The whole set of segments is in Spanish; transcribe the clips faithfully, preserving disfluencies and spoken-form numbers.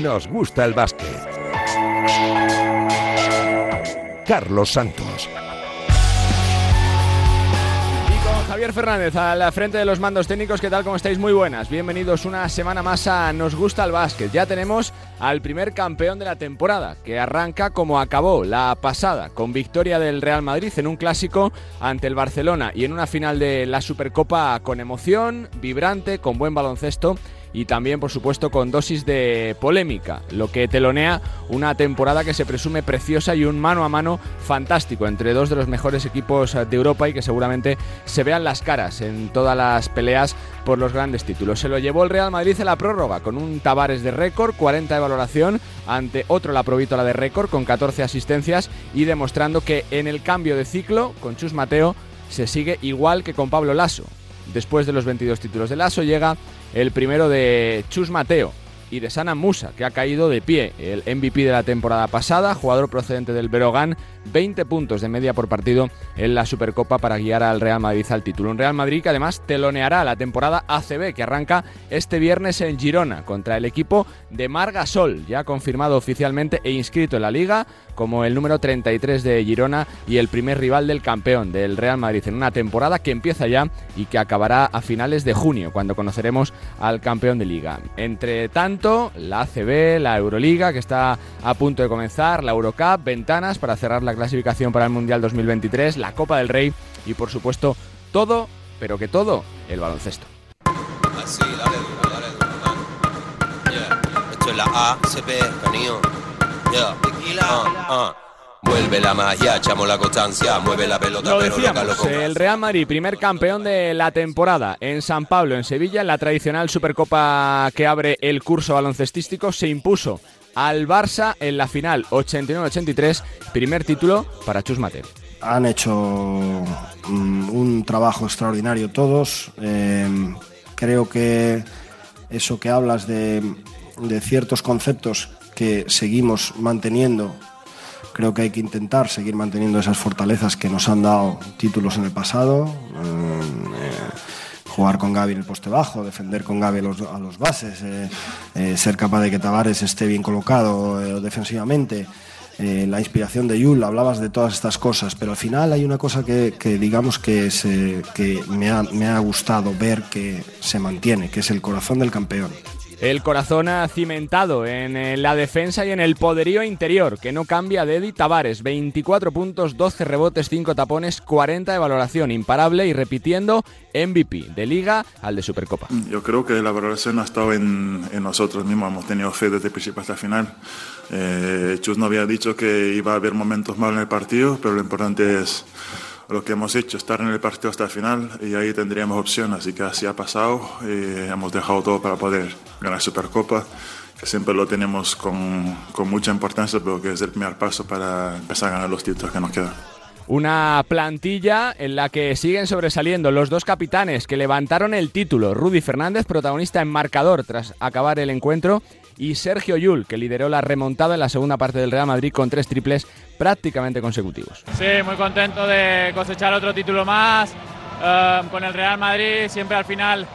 Nos gusta el básquet. Carlos Santos. Javier Fernández a la frente de los mandos técnicos. ¿Qué tal? ¿Cómo estáis? Muy buenas. Bienvenidos una semana más a Nos gusta el básquet. Ya tenemos al primer campeón de la temporada, que arranca como acabó la pasada, con victoria del Real Madrid en un clásico ante el Barcelona y en una final de la Supercopa con emoción, vibrante, con buen baloncesto y también, por supuesto, con dosis de polémica, lo que telonea una temporada que se presume preciosa y un mano a mano fantástico entre dos de los mejores equipos de Europa y que seguramente se vean las caras en todas las peleas por los grandes títulos. Se lo llevó el Real Madrid en la prórroga con un Tavares de récord, cuarenta de valoración, ante otro la Provítola de récord con catorce asistencias y demostrando que en el cambio de ciclo con Chus Mateo se sigue igual que con Pablo Laso. Después de los veintidós títulos de Laso llega el primero de Chus Mateo y de Sana Musa, que ha caído de pie, el M V P de la temporada pasada, jugador procedente del Breogán, veinte puntos de media por partido en la Supercopa para guiar al Real Madrid al título. Un Real Madrid que además teloneará la temporada A C B, que arranca este viernes en Girona contra el equipo de Marc Gasol, ya confirmado oficialmente e inscrito en la Liga como el número treinta y tres de Girona y el primer rival del campeón del Real Madrid en una temporada que empieza ya y que acabará a finales de junio, cuando conoceremos al campeón de Liga. Entre tanto, la A C B, la Euroliga, que está a punto de comenzar, la Eurocup, ventanas para cerrar la clasificación para el Mundial dos mil veintitrés, la Copa del Rey y, por supuesto, todo, pero que todo, el baloncesto. Así, dale, dale, dale. Yeah. Esto es la A C B, canijo. Yeah. Tequila. Uh, uh. Vuelve la magia, echamos la constancia, mueve la pelota. Lo decíamos, pero el Real Madrid, primer campeón de la temporada en San Pablo, en Sevilla, en la tradicional Supercopa que abre el curso baloncestístico, se impuso al Barça en la final ochenta y nueve ochenta y tres, primer título para Chus Mateo. Han hecho um, un trabajo extraordinario todos. Eh, creo que eso que hablas de, de ciertos conceptos que seguimos manteniendo, creo que hay que intentar seguir manteniendo esas fortalezas que nos han dado títulos en el pasado. Eh, eh, jugar con Gavi en el poste bajo, defender con Gavi a los, a los bases, eh, eh, ser capaz de que Tavares esté bien colocado eh, defensivamente, eh, la inspiración de Yul. Hablabas de todas estas cosas, pero al final hay una cosa que, que digamos que, se, que me, ha, me ha gustado ver que se mantiene, que es el corazón del campeón. El corazón cimentado en la defensa y en el poderío interior, que no cambia de Eddie Tavares. veinticuatro puntos, doce rebotes, cinco tapones, cuarenta de valoración, imparable y repitiendo M V P de Liga al de Supercopa. Yo creo que la valoración ha estado en, en nosotros mismos, hemos tenido fe desde el principio hasta el final. Eh, Chus no había dicho que iba a haber momentos malos en el partido, pero lo importante es lo que hemos hecho, estar en el partido hasta el final y ahí tendríamos opción, así que así ha pasado y hemos dejado todo para poder ganar Supercopa, que siempre lo tenemos con, con mucha importancia, pero que es el primer paso para empezar a ganar los títulos que nos quedan. Una plantilla en la que siguen sobresaliendo los dos capitanes que levantaron el título, Rudy Fernández, protagonista en marcador tras acabar el encuentro, y Sergio Yul, que lideró la remontada en la segunda parte del Real Madrid con tres triples prácticamente consecutivos. Sí, muy contento de cosechar otro título más uh, con el Real Madrid. Siempre al final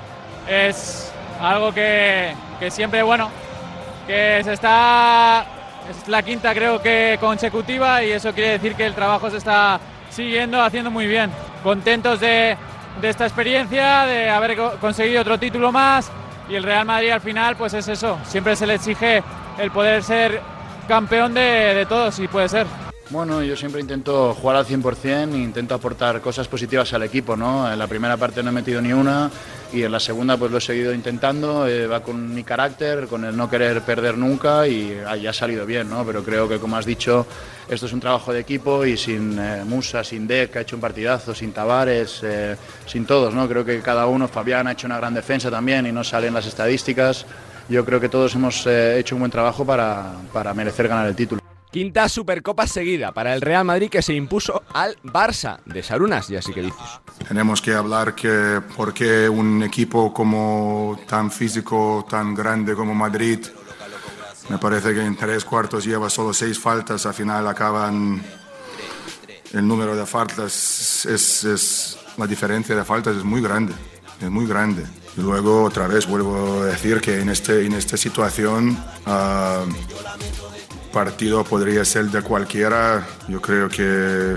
es algo que, que siempre, bueno, que se está... es la quinta creo que consecutiva y eso quiere decir que el trabajo se está siguiendo haciendo muy bien. Contentos de, de esta experiencia, de haber conseguido otro título más. Y el Real Madrid al final pues es eso, siempre se le exige el poder ser campeón de, de todos y puede ser. Bueno, yo siempre intento jugar al cien por ciento e intento aportar cosas positivas al equipo, ¿no? En la primera parte no he metido ni una y en la segunda pues lo he seguido intentando, eh, va con mi carácter, con el no querer perder nunca y ahí ha salido bien, ¿no? Pero creo que, como has dicho, esto es un trabajo de equipo y sin eh, Musa, sin Dec, que ha hecho un partidazo, sin Tavares, eh, sin todos, ¿no? Creo que cada uno, Fabián ha hecho una gran defensa también y no salen las estadísticas. Yo creo que todos hemos eh, hecho un buen trabajo para, para merecer ganar el título. Quinta Supercopa seguida para el Real Madrid, que se impuso al Barça de Sarunas, y así que dices. Tenemos que hablar que por qué un equipo como tan físico, tan grande como Madrid, me parece que en tres cuartos lleva solo seis faltas, al final acaban el número de faltas, es, es, la diferencia de faltas es muy grande, es muy grande. Y luego otra vez vuelvo a decir que en, este, en esta situación uh, partido podría ser de cualquiera. Yo creo que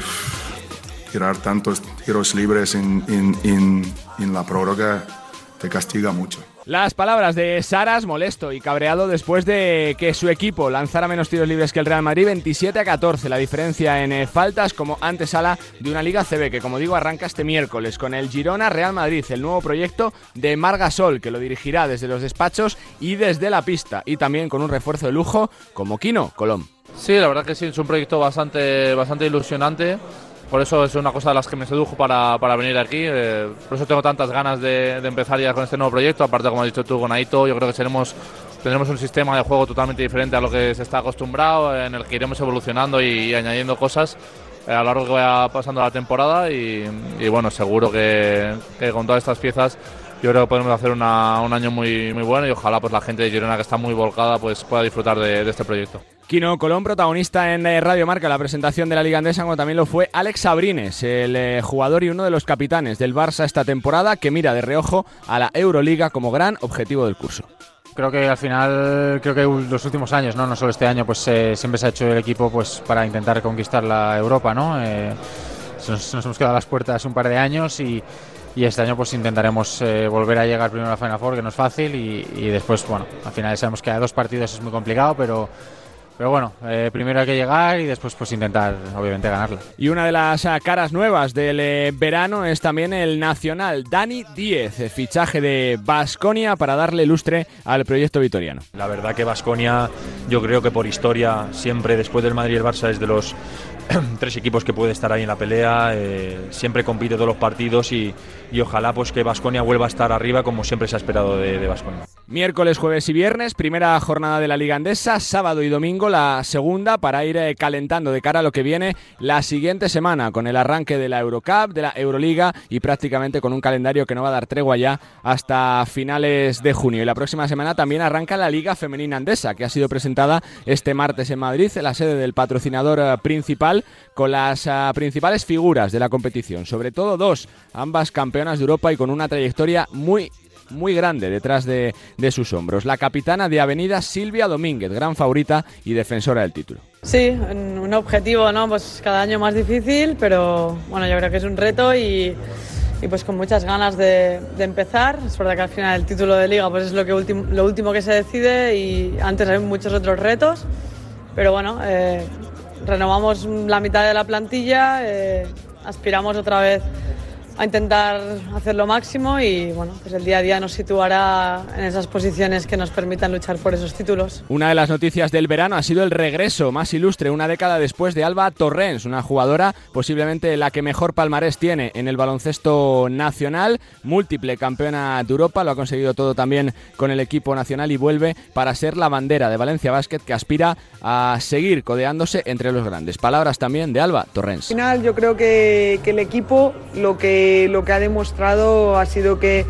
tirar tantos tiros libres en, en, en, en la prórroga te castiga mucho. Las palabras de Saras, molesto y cabreado después de que su equipo lanzara menos tiros libres que el Real Madrid, veintisiete a catorce. La diferencia en eh, faltas como antesala de una Liga C B que, como digo, arranca este miércoles con el Girona Real Madrid, el nuevo proyecto de Marc Gasol, que lo dirigirá desde los despachos y desde la pista, y también con un refuerzo de lujo como Quino Colom. Sí, la verdad que sí, es un proyecto bastante, bastante ilusionante. Por eso es una cosa de las que me sedujo para, para venir aquí. Eh, por eso tengo tantas ganas de, de empezar ya con este nuevo proyecto. Aparte, como has dicho tú, con Aito, yo creo que seremos, tendremos un sistema de juego totalmente diferente a lo que se está acostumbrado, en el que iremos evolucionando y, y añadiendo cosas eh, a lo largo que vaya pasando la temporada. Y, y bueno, seguro que, que con todas estas piezas yo creo que podemos hacer una, un año muy, muy bueno, y ojalá pues la gente de Girona, que está muy volcada, pues pueda disfrutar de, de este proyecto. Quino Colom, protagonista en Radio Marca, la presentación de la Liga Endesa, como también lo fue Alex Sabrines, el eh, jugador y uno de los capitanes del Barça esta temporada, que mira de reojo a la Euroliga como gran objetivo del curso. Creo que al final, creo que los últimos años, no, no solo este año, pues eh, siempre se ha hecho el equipo pues para intentar conquistar la Europa, ¿no? Eh, nos, nos hemos quedado a las puertas un par de años y Y este año pues intentaremos eh, volver a llegar primero a la Final Four, que no es fácil, y, y después, bueno, al final sabemos que a dos partidos es muy complicado, pero, pero bueno, eh, primero hay que llegar y después pues intentar, obviamente, ganarla. Y una de las uh, caras nuevas del eh, verano es también el nacional Dani Díez, eh, fichaje de Baskonia para darle lustre al proyecto vitoriano. La verdad que Baskonia, yo creo que por historia, siempre después del Madrid y el Barça, es de los tres equipos que puede estar ahí en la pelea, eh, siempre compite todos los partidos y, y ojalá pues que Baskonia vuelva a estar arriba como siempre se ha esperado de Baskonia. Miércoles, jueves y viernes, primera jornada de la Liga Endesa, sábado y domingo la segunda, para ir eh, calentando de cara a lo que viene la siguiente semana, con el arranque de la Eurocup, de la Euroliga, y prácticamente con un calendario que no va a dar tregua ya hasta finales de junio. Y la próxima semana también arranca la Liga Femenina Endesa, que ha sido presentada este martes en Madrid, en la sede del patrocinador eh, principal, con las uh, principales figuras de la competición, sobre todo dos, ambas campeonas de Europa y con una trayectoria muy muy grande detrás de, de sus hombros. La capitana de Avenida, Silvia Domínguez, gran favorita y defensora del título. Sí, un objetivo, ¿no? Pues cada año más difícil, pero bueno, yo creo que es un reto y, y pues con muchas ganas de, de empezar. Es verdad que al final el título de Liga pues es lo, que ultim, lo último que se decide, y antes hay muchos otros retos, pero bueno, eh, renovamos la mitad de la plantilla, eh, aspiramos otra vez a intentar hacer lo máximo y bueno, pues el día a día nos situará en esas posiciones que nos permitan luchar por esos títulos. Una de las noticias del verano ha sido el regreso más ilustre una década después de Alba Torrens, una jugadora posiblemente la que mejor palmarés tiene en el baloncesto nacional, múltiple campeona de Europa, lo ha conseguido todo también con el equipo nacional y vuelve para ser la bandera de Valencia Basket, que aspira a seguir codeándose entre los grandes. Palabras también de Alba Torrens. Al final yo creo que, que el equipo lo que lo que ha demostrado ha sido que,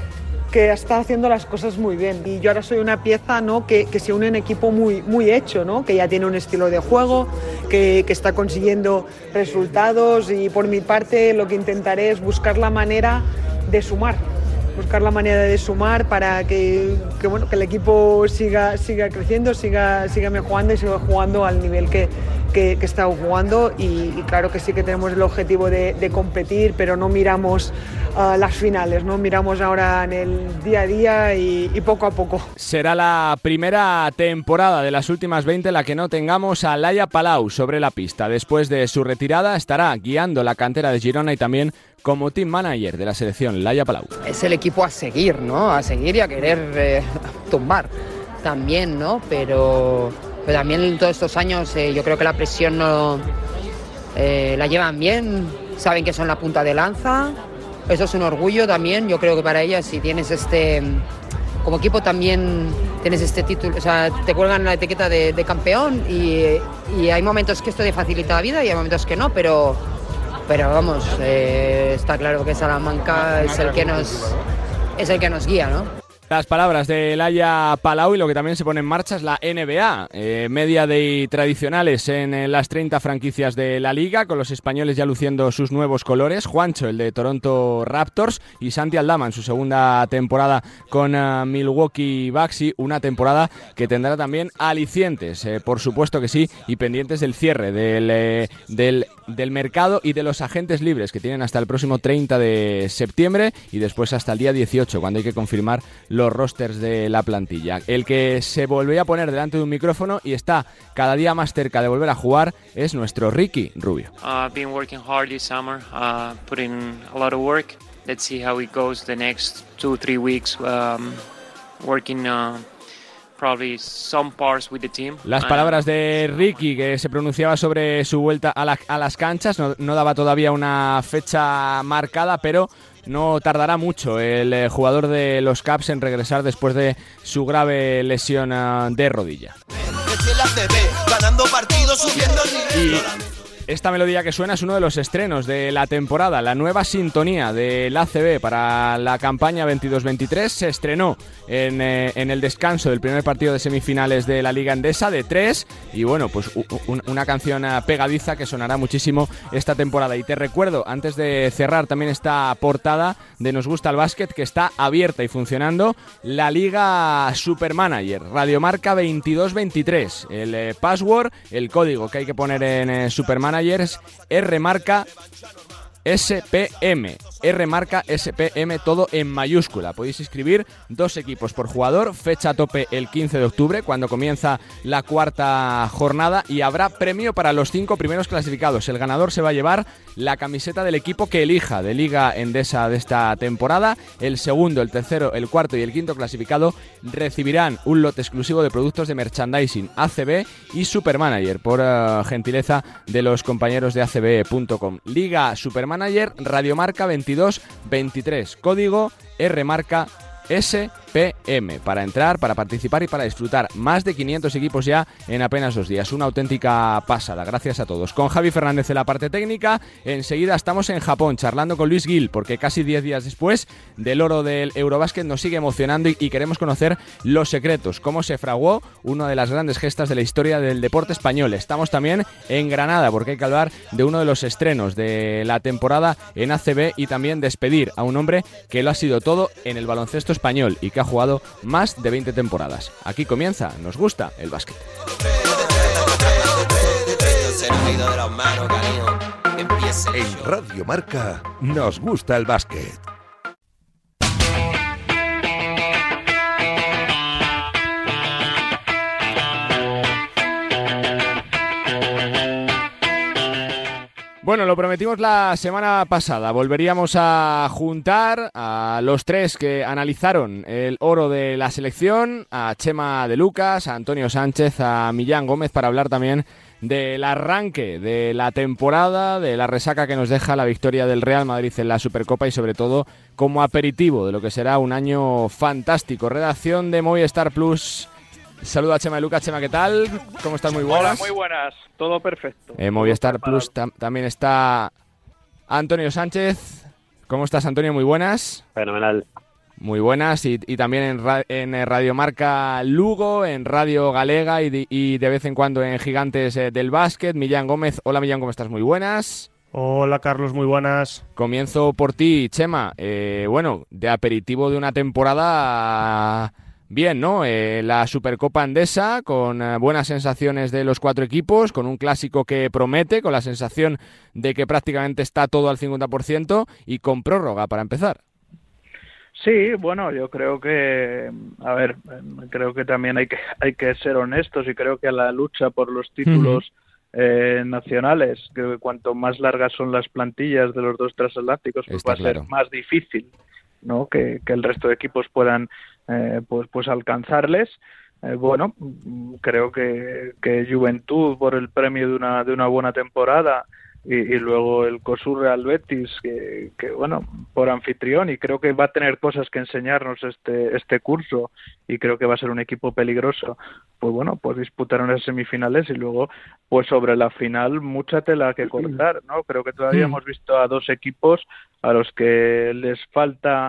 que está haciendo las cosas muy bien, y yo ahora soy una pieza, ¿no? que, que se une en equipo muy, muy hecho, ¿no? Que ya tiene un estilo de juego, que, que está consiguiendo resultados, y por mi parte lo que intentaré es buscar la manera de sumar buscar la manera de sumar para que, que, bueno, que el equipo siga, siga creciendo, siga, siga mejorando y siga jugando al nivel que, que, que está jugando, y, y claro que sí que tenemos el objetivo de, de competir, pero no miramos uh, las finales, no miramos ahora en el día a día y, y poco a poco. Será la primera temporada de las últimas veinte la que no tengamos a Laia Palau sobre la pista. Después de su retirada estará guiando la cantera de Girona y también como team manager de la selección, Laia Palau. Es el equipo a seguir, ¿no? A seguir y a querer eh, tumbar también, ¿no? Pero, pero también en todos estos años eh, yo creo que la presión no eh, la llevan bien, saben que son la punta de lanza. Eso es un orgullo también, yo creo que para ellas, si tienes este... Como equipo también tienes este título, o sea, te cuelgan la etiqueta de, de campeón, y, y hay momentos que esto te facilita la vida y hay momentos que no, pero... Pero vamos, eh, está claro que Salamanca es el que nos, es el que nos guía, ¿no? Las palabras de Laia Palau, y lo que también se pone en marcha es la N B A, eh, media de tradicionales en eh, las treinta franquicias de la liga, con los españoles ya luciendo sus nuevos colores. Juancho, el de Toronto Raptors, y Santi Aldama en su segunda temporada con uh, Milwaukee Bucks, y una temporada que tendrá también alicientes, eh, por supuesto que sí, y pendientes del cierre del, eh, del, del mercado y de los agentes libres, que tienen hasta el próximo treinta de septiembre y después hasta el día dieciocho, cuando hay que confirmar los rosters de la plantilla. El que se volvió a poner delante de un micrófono y está cada día más cerca de volver a jugar es nuestro Ricky Rubio. I've uh, been working hard this summer, uh, putting a lot of work. Let's see how it goes the next two, three weeks. Um, working uh, probably some parts with the team. Las palabras de Ricky, que se pronunciaba sobre su vuelta a, la, a las canchas, no, no daba todavía una fecha marcada, pero no tardará mucho el eh, jugador de los Caps en regresar después de su grave lesión uh, de rodilla. Y esta melodía que suena es uno de los estrenos de la temporada, la nueva sintonía del A C B para la campaña veintidós veintitrés. Se estrenó en, eh, en el descanso del primer partido de semifinales de la Liga Endesa de tres, y bueno, pues un, una canción pegadiza que sonará muchísimo esta temporada. Y te recuerdo, antes de cerrar también esta portada de Nos Gusta el Básquet, que está abierta y funcionando la Liga Supermanager, Radiomarca veintidós veintitrés. El eh, password, el código que hay que poner en eh, Supermanager es R marca S P M, R marca S P M, todo en mayúscula. Podéis inscribir dos equipos por jugador, fecha tope el quince de octubre, cuando comienza la cuarta jornada, y habrá premio para los cinco primeros clasificados. El ganador se va a llevar la camiseta del equipo que elija de Liga Endesa de esta temporada. El segundo, el tercero, el cuarto y el quinto clasificado recibirán un lote exclusivo de productos de merchandising A C B y Supermanager, por uh, gentileza de los compañeros de A C B punto com. Liga Supermanager Manager, Radiomarca veintidós veintitrés, código R marca S P M, para entrar, para participar y para disfrutar. Más de quinientos equipos ya en apenas dos días, una auténtica pasada. Gracias a todos. Con Javi Fernández en la parte técnica, enseguida estamos en Japón charlando con Luis Gil, porque casi diez días después del oro del Eurobásquet nos sigue emocionando y, y queremos conocer los secretos, cómo se fraguó una de las grandes gestas de la historia del deporte español. Estamos también en Granada, porque hay que hablar de uno de los estrenos de la temporada en A C B y también despedir a un hombre que lo ha sido todo en el baloncesto español y que ha jugado más de veinte temporadas. Aquí comienza Nos Gusta el Básquet. En Radio Marca Nos Gusta el Básquet. Bueno, lo prometimos la semana pasada. Volveríamos a juntar a los tres que analizaron el oro de la selección, a Chema de Lucas, a Antonio Sánchez, a Millán Gómez, para hablar también del arranque de la temporada, de la resaca que nos deja la victoria del Real Madrid en la Supercopa y sobre todo como aperitivo de lo que será un año fantástico. Redacción de Movistar Plus. Saluda a Chema de Lucas. Chema, ¿qué tal? ¿Cómo estás? Muy buenas. Hola, muy buenas. Todo perfecto. En Movistar Plus tam- también está Antonio Sánchez. ¿Cómo estás, Antonio? Muy buenas. Fenomenal. Muy buenas. Y, y también en, ra- en Radio Marca Lugo, en Radio Galega y de, y de vez en cuando en Gigantes eh, del Básquet. Millán Gómez. Hola, Millán, ¿cómo estás? Muy buenas. Hola, Carlos, muy buenas. Comienzo por ti, Chema. Eh, bueno, de aperitivo de una temporada... Bien, ¿no? Eh, la Supercopa Endesa, con eh, buenas sensaciones de los cuatro equipos, con un clásico que promete, con la sensación de que prácticamente está todo al cincuenta por ciento y con prórroga para empezar. Sí, bueno, yo creo que, a ver, creo que también hay que hay que ser honestos y creo que la lucha por los títulos uh-huh. eh, nacionales, creo que cuanto más largas son las plantillas de los dos transatlánticos, pues está va a claro. ser más difícil, ¿no? Que, que el resto de equipos puedan Eh, pues pues alcanzarles. Eh, bueno, creo que, que Juventud por el premio de una de una buena temporada y, y luego el COSUR Real Betis que, que bueno, por anfitrión, y creo que va a tener cosas que enseñarnos este este curso y creo que va a ser un equipo peligroso. Pues bueno, pues disputaron las semifinales y luego pues sobre la final mucha tela que cortar, ¿no? Creo que todavía hemos visto a dos equipos a los que les falta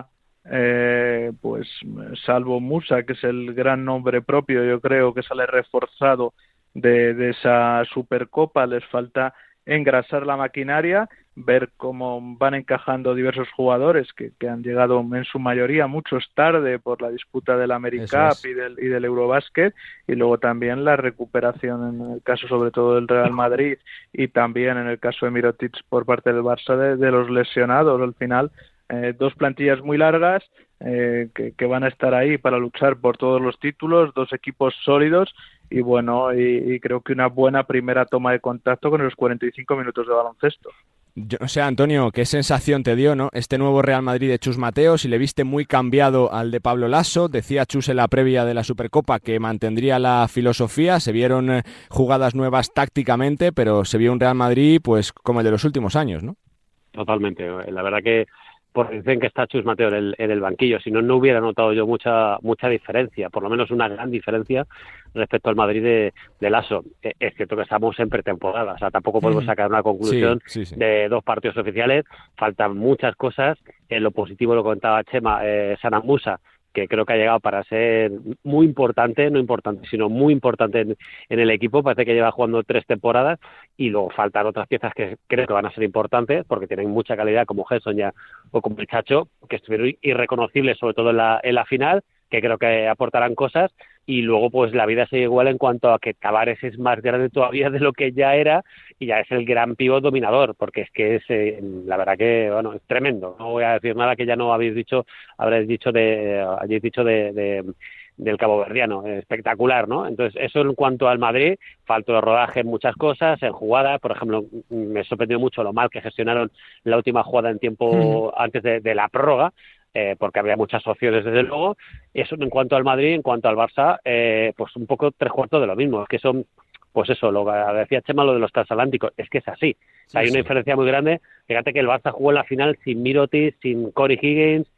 eh, pues salvo Musa, que es el gran nombre propio, yo creo que sale reforzado de, de esa Supercopa, les falta engrasar la maquinaria, ver cómo van encajando diversos jugadores que, que han llegado en su mayoría muchos tarde por la disputa del AmeriCup es. y del, y del Eurobasket, y luego también la recuperación en el caso sobre todo del Real Madrid y también en el caso de Mirotic por parte del Barça de, de los lesionados. Al final eh, dos plantillas muy largas eh, que, que van a estar ahí para luchar por todos los títulos, dos equipos sólidos y bueno, y, y creo que una buena primera toma de contacto con los cuarenta y cinco minutos de baloncesto. Yo no sé, Antonio, ¿qué sensación te dio, no, este nuevo Real Madrid de Chus Mateo? Si le viste muy cambiado al de Pablo Lasso. Decía Chus en la previa de la Supercopa que mantendría la filosofía, se vieron eh, jugadas nuevas tácticamente, pero se vio un Real Madrid pues como el de los últimos años, ¿no? Totalmente, la verdad que por dicen que está Chus Mateo en el, en el banquillo, si no, no hubiera notado yo mucha mucha diferencia, por lo menos una gran diferencia respecto al Madrid de, de Lasso. Es cierto que estamos en pretemporada, o sea, tampoco podemos sacar una conclusión sí, sí, sí. de dos partidos oficiales, faltan muchas cosas, en lo positivo lo contaba Chema, eh, Sana Musa, que creo que ha llegado para ser muy importante, no importante, sino muy importante en, en el equipo, parece que lleva jugando tres temporadas, y luego faltan otras piezas que creo que van a ser importantes, porque tienen mucha calidad, como Gerson ya, o como el Chacho, que estuvieron irreconocibles, sobre todo en la, en la final, que creo que aportarán cosas, y luego pues la vida sigue igual en cuanto a que Tavares es más grande todavía de lo que ya era, y ya es el gran pívot dominador, porque es que es, eh, la verdad que, bueno, es tremendo. No voy a decir nada que ya no habéis dicho, habréis dicho de, habéis dicho de, de del caboverdiano, espectacular, ¿no? Entonces, eso en cuanto al Madrid, faltó de rodaje en muchas cosas, en jugadas, por ejemplo, me sorprendió mucho lo mal que gestionaron la última jugada en tiempo mm. antes de, de la prórroga, Eh, porque había muchas opciones desde luego. Eso en cuanto al Madrid, en cuanto al Barça, eh, pues un poco tres cuartos de lo mismo, es que son, pues eso, lo que decía Chema, lo de los transatlánticos, es que es así, o sea, hay sí, una sí. diferencia muy grande. Fíjate que el Barça jugó en la final sin Mirotic, sin Corey Higgins,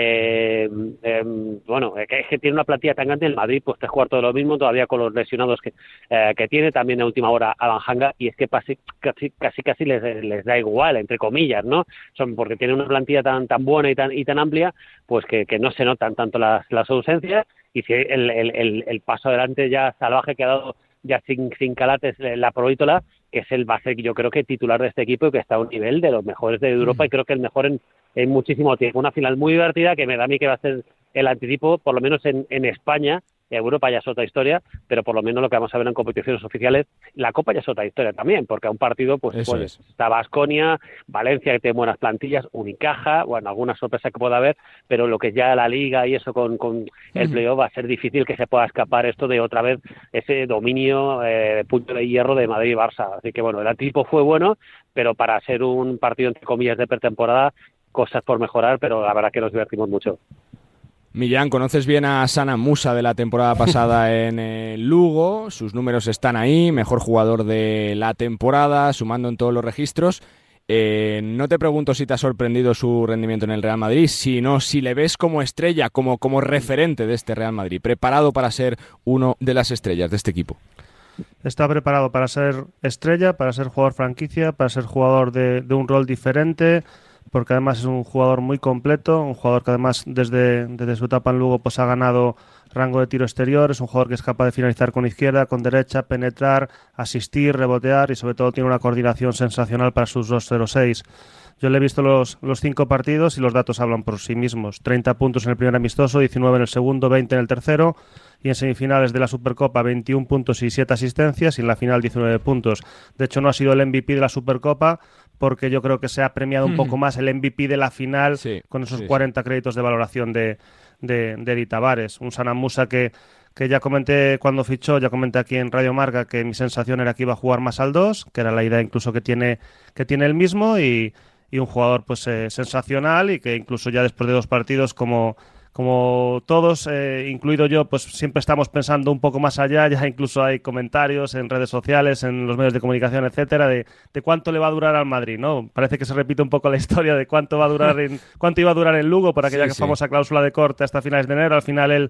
eh, eh, bueno, es que tiene una plantilla tan grande. El Madrid, pues tres cuartos de lo mismo, todavía con los lesionados que, eh, que tiene, también en última hora Alan Hanga, y es que casi casi casi, casi les, les da igual, entre comillas, ¿no? Son porque tiene una plantilla tan tan buena y tan y tan amplia, pues que, que no se notan tanto las, las ausencias, y si el, el, el, el paso adelante ya salvaje que ha dado ya sin, sin Calates la Provítola, que es el va a ser, yo creo que titular de este equipo y que está a un nivel de los mejores de Europa, mm. y creo que el mejor en, en muchísimo tiempo. Una final muy divertida que me da a mí que va a ser el anticipo, por lo menos en, en España. Europa ya es otra historia, pero por lo menos lo que vamos a ver en competiciones oficiales, la Copa ya es otra historia también, porque a un partido pues, pues está Baskonia, Valencia, que tiene buenas plantillas, Unicaja, bueno, alguna sorpresa que pueda haber, pero lo que es ya la Liga y eso con, con el playoff va a ser difícil que se pueda escapar esto de otra vez ese dominio eh, de punto de hierro de Madrid y Barça. Así que bueno, el anticipo fue bueno, pero para ser un partido entre comillas de pretemporada, cosas por mejorar, pero la verdad que nos divertimos mucho. Millán, conoces bien a Sana Musa de la temporada pasada en el Lugo, sus números están ahí, mejor jugador de la temporada, sumando en todos los registros. Eh, no te pregunto si te ha sorprendido su rendimiento en el Real Madrid, sino si le ves como estrella, como, como referente de este Real Madrid, preparado para ser uno de las estrellas de este equipo. Está preparado para ser estrella, para ser jugador franquicia, para ser jugador de, de un rol diferente, porque además es un jugador muy completo, un jugador que además desde, desde su etapa en Lugo pues ha ganado rango de tiro exterior, es un jugador que es capaz de finalizar con izquierda, con derecha, penetrar, asistir, rebotear, y sobre todo tiene una coordinación sensacional para sus dos cero seis. Yo le he visto los, los cinco partidos y los datos hablan por sí mismos. treinta puntos en el primer amistoso, diecinueve en el segundo, veinte en el tercero, y en semifinales de la Supercopa veintiún puntos y siete asistencias, y en la final diecinueve puntos. De hecho, no ha sido el M V P de la Supercopa, porque yo creo que se ha premiado un poco más el M V P de la final, sí, con esos sí, cuarenta sí. créditos de valoración de, de, de Eddie Tavares. Un Sana Musa que, que ya comenté cuando fichó, ya comenté aquí en Radio Marca que mi sensación era que iba a jugar más al dos, que era la idea incluso que tiene, que tiene él mismo, y, y un jugador pues eh, sensacional, y que incluso ya después de dos partidos, como... Como todos, eh, incluido yo, pues siempre estamos pensando un poco más allá. Ya incluso hay comentarios en redes sociales, en los medios de comunicación, etcétera, de, de cuánto le va a durar al Madrid, ¿no? Parece que se repite un poco la historia de cuánto va a durar en, cuánto iba a durar en Lugo por aquella sí, sí. famosa cláusula de corte hasta finales de enero. Al final él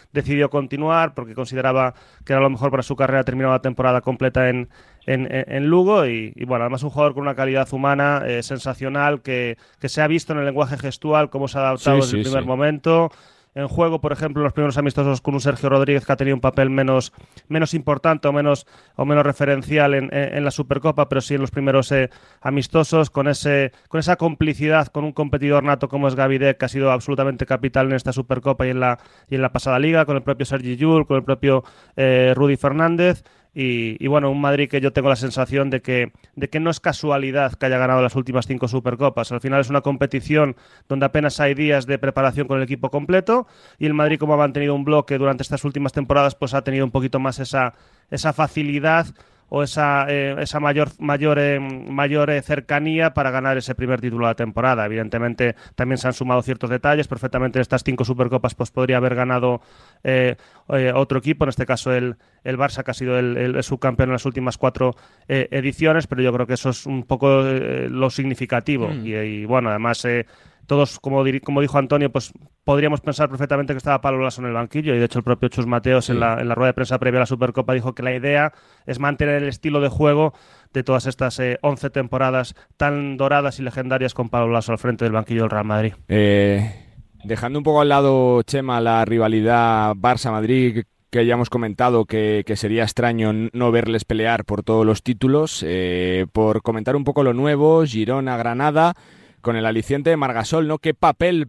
decidió continuar porque consideraba que era lo mejor para su carrera terminar la temporada completa en, en, en Lugo y, y bueno, además un jugador con una calidad humana eh, sensacional que, que se ha visto en el lenguaje gestual, cómo se ha adaptado Sí, desde sí, el primer sí. momento. En juego, por ejemplo, en los primeros amistosos con un Sergio Rodríguez que ha tenido un papel menos, menos importante o menos, o menos referencial en, en, en la Supercopa, pero sí en los primeros eh, amistosos, con ese con esa complicidad con un competidor nato como es Gavi Deck, que ha sido absolutamente capital en esta Supercopa y en la, y en la pasada Liga, con el propio Sergi Llull, con el propio eh, Rudy Fernández. Y, y bueno, un Madrid que yo tengo la sensación de que, de que no es casualidad que haya ganado las últimas cinco Supercopas. Al final es una competición donde apenas hay días de preparación con el equipo completo y el Madrid, como ha mantenido un bloque durante estas últimas temporadas, pues ha tenido un poquito más esa, esa facilidad o esa, eh, esa mayor, mayor, eh, mayor eh, cercanía para ganar ese primer título de la temporada. Evidentemente también se han sumado ciertos detalles. Perfectamente en estas cinco Supercopas pues podría haber ganado eh, eh, otro equipo, en este caso el, el Barça, que ha sido el, el subcampeón en las últimas cuatro eh, ediciones, pero yo creo que eso es un poco eh, lo significativo. Mm. Y, y bueno, además... Eh, Todos, como, dir, como dijo Antonio, pues podríamos pensar perfectamente que estaba Pablo Laso en el banquillo y de hecho el propio Chus Mateos sí. en, la, en la rueda de prensa previa a la Supercopa dijo que la idea es mantener el estilo de juego de todas estas eh, once temporadas tan doradas y legendarias con Pablo Laso al frente del banquillo del Real Madrid. Eh, dejando un poco al lado, Chema, la rivalidad Barça-Madrid, que ya hemos comentado que, que sería extraño no verles pelear por todos los títulos, eh, por comentar un poco lo nuevo, Girona-Granada, con el aliciente de Margasol, ¿no? ¿Qué papel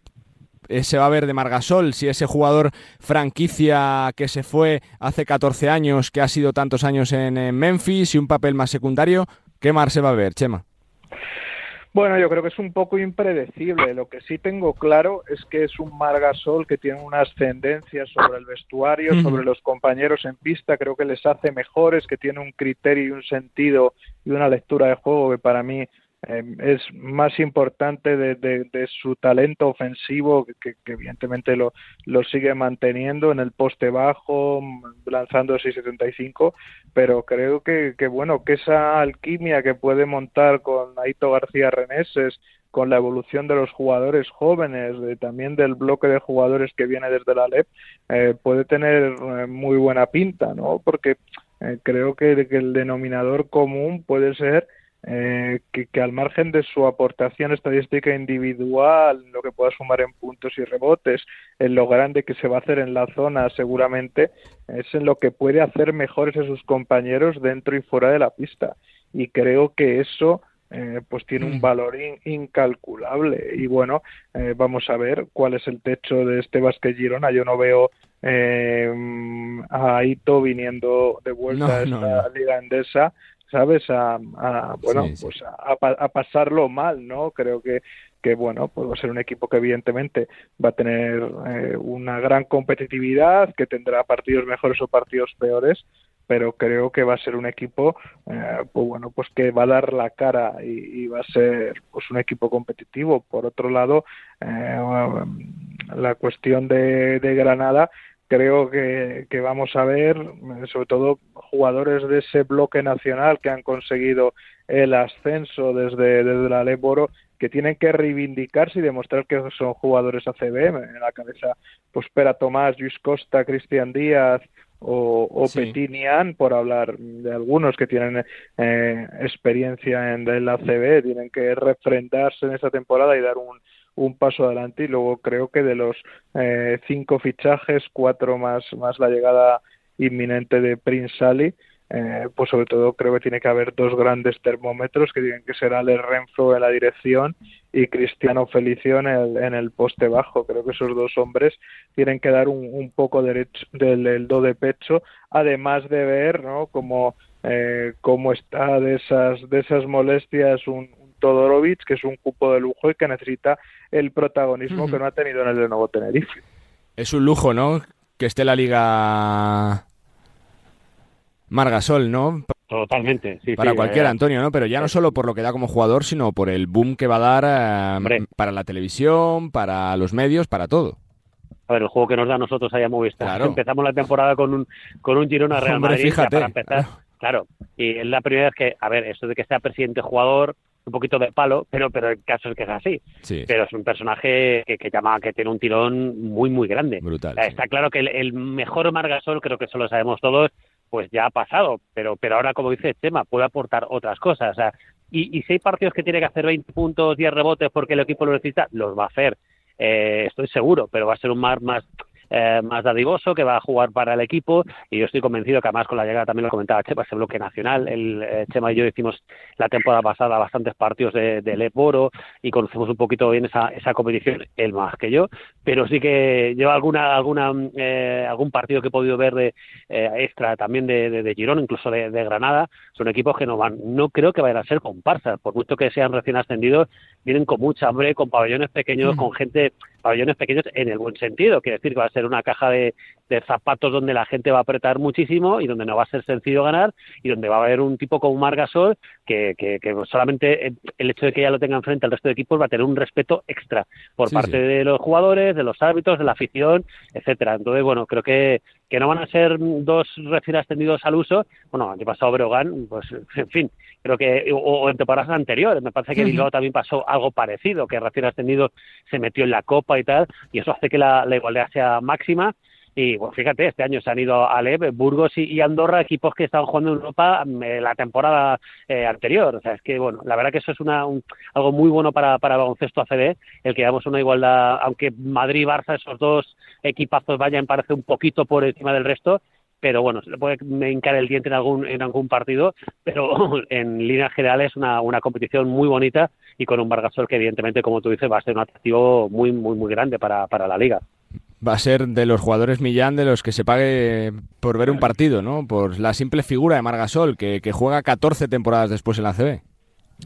se va a ver de Margasol? Si ese jugador franquicia que se fue hace catorce años, que ha sido tantos años en, en Memphis, y un papel más secundario, ¿qué más se va a ver, Chema? Bueno, yo creo que es un poco impredecible. Lo que sí tengo claro es que es un Margasol que tiene una ascendencia sobre el vestuario, uh-huh. sobre los compañeros en pista. Creo que les hace mejores, que tiene un criterio y un sentido y una lectura de juego que para mí Eh, es más importante de, de, de su talento ofensivo, que, que evidentemente lo, lo sigue manteniendo en el poste bajo, lanzando seis setenta y cinco, pero creo que, que bueno, que esa alquimia que puede montar con Aito García Reneses, con la evolución de los jugadores jóvenes, de, también del bloque de jugadores que viene desde la Alep, eh, puede tener eh, muy buena pinta, ¿no? Porque eh, creo que, que el denominador común puede ser Eh, que, que al margen de su aportación estadística individual, lo que pueda sumar en puntos y rebotes, en lo grande que se va a hacer en la zona seguramente, es en lo que puede hacer mejores a sus compañeros dentro y fuera de la pista. Y creo que eso eh, pues tiene un valor in, incalculable. Y bueno, eh, vamos a ver cuál es el techo de este Basket Girona. Yo no veo eh, a Aito viniendo de vuelta no, a esta no, no. liga endesa, ¿sabes? A, a bueno, sí, sí. pues a, a pasarlo mal, ¿no? Creo que, que bueno, pues va a ser un equipo que evidentemente va a tener eh, una gran competitividad, que tendrá partidos mejores o partidos peores, pero creo que va a ser un equipo, eh, pues bueno, pues que va a dar la cara y, y va a ser pues un equipo competitivo. Por otro lado, eh, la cuestión de, de Granada, creo que, que vamos a ver, sobre todo, jugadores de ese bloque nacional que han conseguido el ascenso desde, desde la Alep Oro, que tienen que reivindicarse y demostrar que son jugadores A C B. En la cabeza, pues Pera Tomás, Luis Costa, Cristian Díaz o, o sí. Petinian, por hablar de algunos que tienen eh, experiencia en el A C B, tienen que refrendarse en esta temporada y dar un un paso adelante. Y luego creo que de los eh, cinco fichajes, cuatro más más la llegada inminente de Prince Sally, eh, pues sobre todo creo que tiene que haber dos grandes termómetros, que tienen que ser Alex Renfro en la dirección y Cristiano Felicio en el, en el poste bajo. Creo que esos dos hombres tienen que dar un, un poco derecho, del, del do de pecho, además de ver, ¿no?, cómo, eh, cómo está de esas, de esas molestias un Todorovic, que es un cupo de lujo y que necesita el protagonismo uh-huh. que no ha tenido en el Lenovo Tenerife. Es un lujo, ¿no?, que esté la Liga Margasol, ¿no? Totalmente, sí. Para sí, cualquiera, eh, Antonio, ¿no? Pero ya no solo por lo que da como jugador, sino por el boom que va a dar eh, para la televisión, para los medios, para todo. A ver, el juego que nos da a nosotros ahí a Movistar. Claro. Empezamos la temporada con un con un Girona Real Hombre, Madrid. fíjate. Para empezar, claro. claro, y es la primera vez que, a ver, eso de que sea presidente jugador, un poquito de palo, pero pero el caso es que es así. Sí. Pero es un personaje que, que llama, que tiene un tirón muy, muy grande. Brutal. O sea, está claro que el, el mejor Marc Gasol, creo que eso lo sabemos todos, pues ya ha pasado, pero pero ahora, como dice Chema, puede aportar otras cosas. O sea, y, y si hay partidos que tiene que hacer veinte puntos, diez rebotes porque el equipo lo necesita, los va a hacer. Eh, estoy seguro, pero va a ser un Marc más... Eh, más dadivoso, que va a jugar para el equipo, y yo estoy convencido que además con la llegada, también lo comentaba Chema, ese bloque nacional, el eh, Chema y yo hicimos la temporada pasada bastantes partidos de, de Leporo y conocemos un poquito bien esa, esa competición, él más que yo, pero sí que lleva alguna alguna eh, algún partido que he podido ver de eh, extra también de, de, de Girona, incluso de, de Granada. Son equipos que no van, no creo que vayan a ser comparsas, por mucho que sean recién ascendidos, vienen con mucha hambre, con pabellones pequeños, mm. con gente, pabellones pequeños en el buen sentido, quiere decir que va a ser una caja de, de zapatos donde la gente va a apretar muchísimo y donde no va a ser sencillo ganar, y donde va a haber un tipo como Marc Gasol que, que, que solamente el hecho de que ya lo tengan frente al resto de equipos va a tener un respeto extra por sí, parte sí. de los jugadores, de los árbitros, de la afición, etcétera. Entonces, bueno, creo que que no van a ser dos recién ascendidos al uso. Bueno, año pasado Breogán, pues en fin, creo que, o, o en temporadas anteriores, me parece que Bilbao también pasó algo parecido, que recién ascendido se metió en la Copa y tal, y eso hace que la, la igualdad sea máxima. Y bueno, fíjate, este año se han ido a Alep, Burgos y, y Andorra, equipos que estaban jugando en Europa eh, la temporada eh, anterior. O sea, es que, bueno, la verdad que eso es una un, algo muy bueno para, para el baloncesto A C B, el que hagamos una igualdad, aunque Madrid y Barça, esos dos equipazos vayan, parece un poquito por encima del resto, pero bueno, se le puede hincar el diente en algún en algún partido, pero en líneas generales una, una competición muy bonita y con un Marc Gasol que evidentemente, como tú dices, va a ser un atractivo muy, muy, muy grande para, para la Liga. Va a ser de los jugadores Millán de los que se pague por ver un partido, ¿no? Por la simple figura de Marc Gasol, que, que juega catorce temporadas después en la A C B.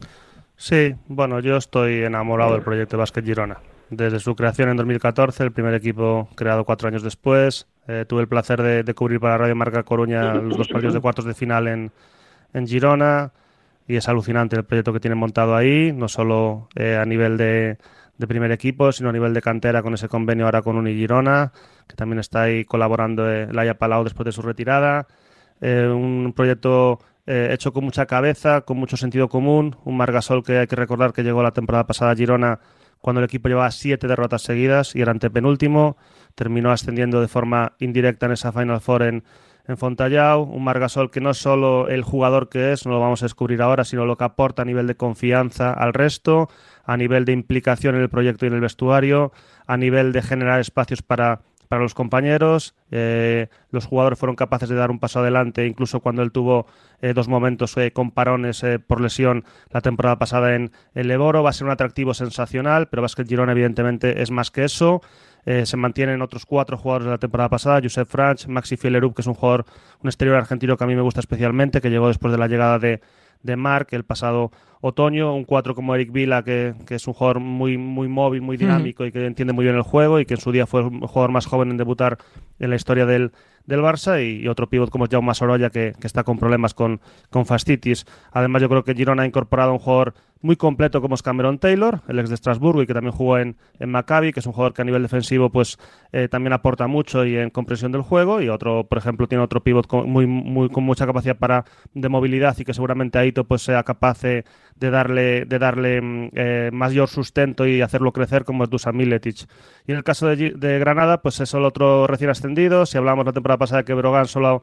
Sí, bueno, yo estoy enamorado del proyecto de Básquet Girona. Desde su creación en dos mil catorce, el primer equipo creado cuatro años después, eh, tuve el placer de, de cubrir para Radio Marca Coruña los dos partidos de cuartos de final en, en Girona, y es alucinante el proyecto que tienen montado ahí, no solo eh, a nivel de... de primer equipo, sino a nivel de cantera con ese convenio ahora con Unigirona, que también está ahí colaborando eh, Laia Palau después de su retirada. Eh, un proyecto eh, hecho con mucha cabeza, con mucho sentido común. Un Marc Gasol que hay que recordar que llegó la temporada pasada a Girona cuando el equipo llevaba siete derrotas seguidas y era antepenúltimo. Terminó ascendiendo de forma indirecta en esa Final Four en, en Fontallao. Un Marc Gasol que no es solo el jugador que es, no lo vamos a descubrir ahora, sino lo que aporta a nivel de confianza al resto, a nivel de implicación en el proyecto y en el vestuario, a nivel de generar espacios para, para los compañeros. Eh, los jugadores fueron capaces de dar un paso adelante, incluso cuando él tuvo eh, dos momentos eh, con parones eh, por lesión la temporada pasada en el Leboro. Va a ser un atractivo sensacional, pero Básquet Girona evidentemente es más que eso. Eh, se mantienen otros cuatro jugadores de la temporada pasada: Josep Franch, Maxi Fielerup, que es un jugador, un exterior argentino que a mí me gusta especialmente, que llegó después de la llegada de, de Marc el pasado otoño. Un cuatro como Eric Vila, que, que es un jugador muy, muy móvil, muy dinámico uh-huh. y que entiende muy bien el juego, y que en su día fue el jugador más joven en debutar en la historia del, del Barça, y, y otro pívot como Jaume Sorolla, que, que está con problemas con, con fascitis. Además, yo creo que Girona ha incorporado a un jugador muy completo como es Cameron Taylor, el ex de Estrasburgo y que también jugó en, en Maccabi, que es un jugador que a nivel defensivo pues eh, también aporta mucho y en comprensión del juego. Y otro, por ejemplo, tiene otro pívot con, muy, muy, con mucha capacidad para de movilidad, y que seguramente Aito pues sea capaz de, de darle, de darle eh, mayor sustento y hacerlo crecer, como es Dusan Miletic. Y en el caso de, de Granada, pues es el otro recién ascendido. Si hablábamos la temporada pasada que Breogán solo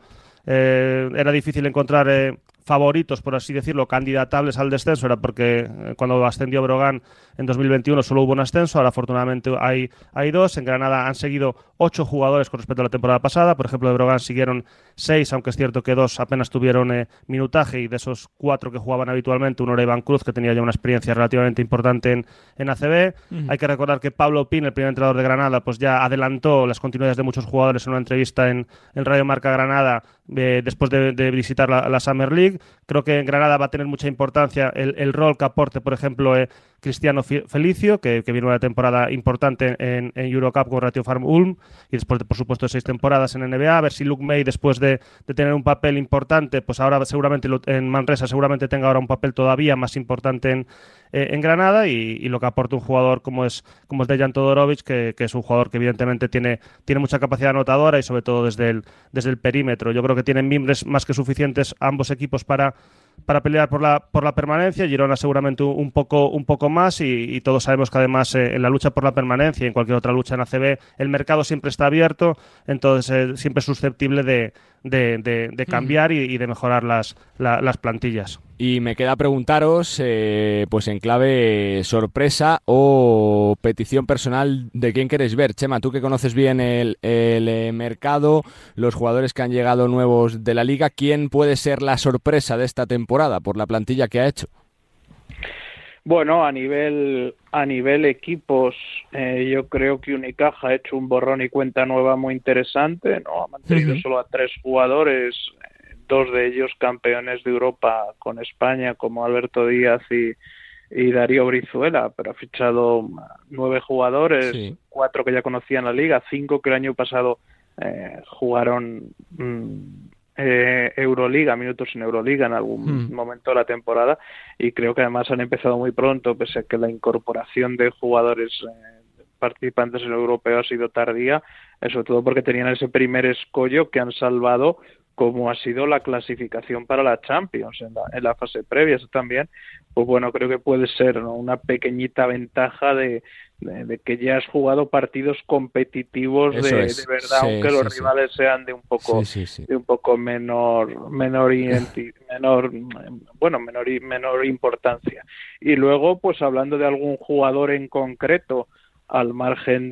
eh, era difícil encontrar eh, favoritos, por así decirlo, candidatables al descenso, era porque eh, cuando ascendió Breogán en dos mil veintiuno solo hubo un ascenso. Ahora afortunadamente hay, hay dos. En Granada han seguido ocho jugadores con respecto a la temporada pasada. Por ejemplo, de Breogán siguieron seis, aunque es cierto que dos apenas tuvieron eh, minutaje, y de esos cuatro que jugaban habitualmente, uno era Iván Cruz, que tenía ya una experiencia relativamente importante en, en A C B. Uh-huh. Hay que recordar que Pablo Pin, el primer entrenador de Granada, pues ya adelantó las continuidades de muchos jugadores en una entrevista en, en Radio Marca Granada eh, después de, de visitar la, la Summer League. Creo que en Granada va a tener mucha importancia el, el rol que aporte, por ejemplo, eh, Cristiano Felicio, que, que viene una temporada importante en, en Eurocup con Ratio Farm Ulm, y después, de, por supuesto, de seis temporadas en N B A. A ver si Luke May, después de, de tener un papel importante, pues ahora seguramente en Manresa seguramente tenga ahora un papel todavía más importante en, eh, en Granada y, y lo que aporta un jugador como es como es Dejan Todorovic, que, que es un jugador que evidentemente tiene, tiene mucha capacidad anotadora y sobre todo desde el, desde el perímetro. Yo creo que tienen mimbres más que suficientes ambos equipos para para pelear por la por la permanencia. Girona seguramente un, un poco un poco más y, y todos sabemos que además eh, en la lucha por la permanencia y en cualquier otra lucha en A C B el mercado siempre está abierto, entonces eh, siempre es susceptible de, de, de, de cambiar y, y de mejorar las, la, las plantillas. Y me queda preguntaros, eh, pues en clave sorpresa o petición personal, ¿de quién queréis ver? Chema, tú que conoces bien el, el eh, mercado, los jugadores que han llegado nuevos de la liga, ¿quién puede ser la sorpresa de esta temporada por la plantilla que ha hecho? Bueno, a nivel a nivel equipos, eh, yo creo que Unicaja ha hecho un borrón y cuenta nueva muy interesante, ¿no? Ha mantenido uh-huh. solo a tres jugadores, dos de ellos campeones de Europa con España, como Alberto Díaz y, y Darío Brizuela, pero ha fichado nueve jugadores, sí. cuatro que ya conocían la liga, cinco que el año pasado eh, jugaron mmm, eh, Euroliga, minutos en Euroliga en algún mm. momento de la temporada, y creo que además han empezado muy pronto, pese a que la incorporación de jugadores eh, participantes en el europeo ha sido tardía, eh, sobre todo porque tenían ese primer escollo que han salvado, como ha sido la clasificación para la Champions en la, en la fase previa. Eso también, pues bueno, creo que puede ser, ¿no?, una pequeñita ventaja de, de, de que ya has jugado partidos competitivos de, de verdad, sí, aunque sí, los sí. rivales sean de un poco sí, sí, sí. de un poco menor menor menor bueno menor menor importancia. Y luego, pues hablando de algún jugador en concreto, al margen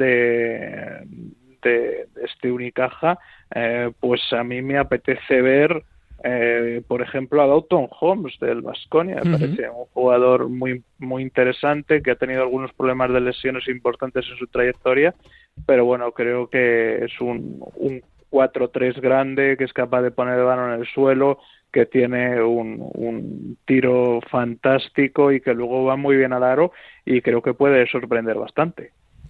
de de, de este Unicaja, eh, pues a mí me apetece ver, eh, por ejemplo, a Dalton Holmes del Baskonia. Me uh-huh. parece un jugador muy muy interesante, que ha tenido algunos problemas de lesiones importantes en su trayectoria, pero bueno, creo que es un, un cuatro tres grande, que es capaz de poner el balón en el suelo, que tiene un, un tiro fantástico y que luego va muy bien al aro, y creo que puede sorprender bastante.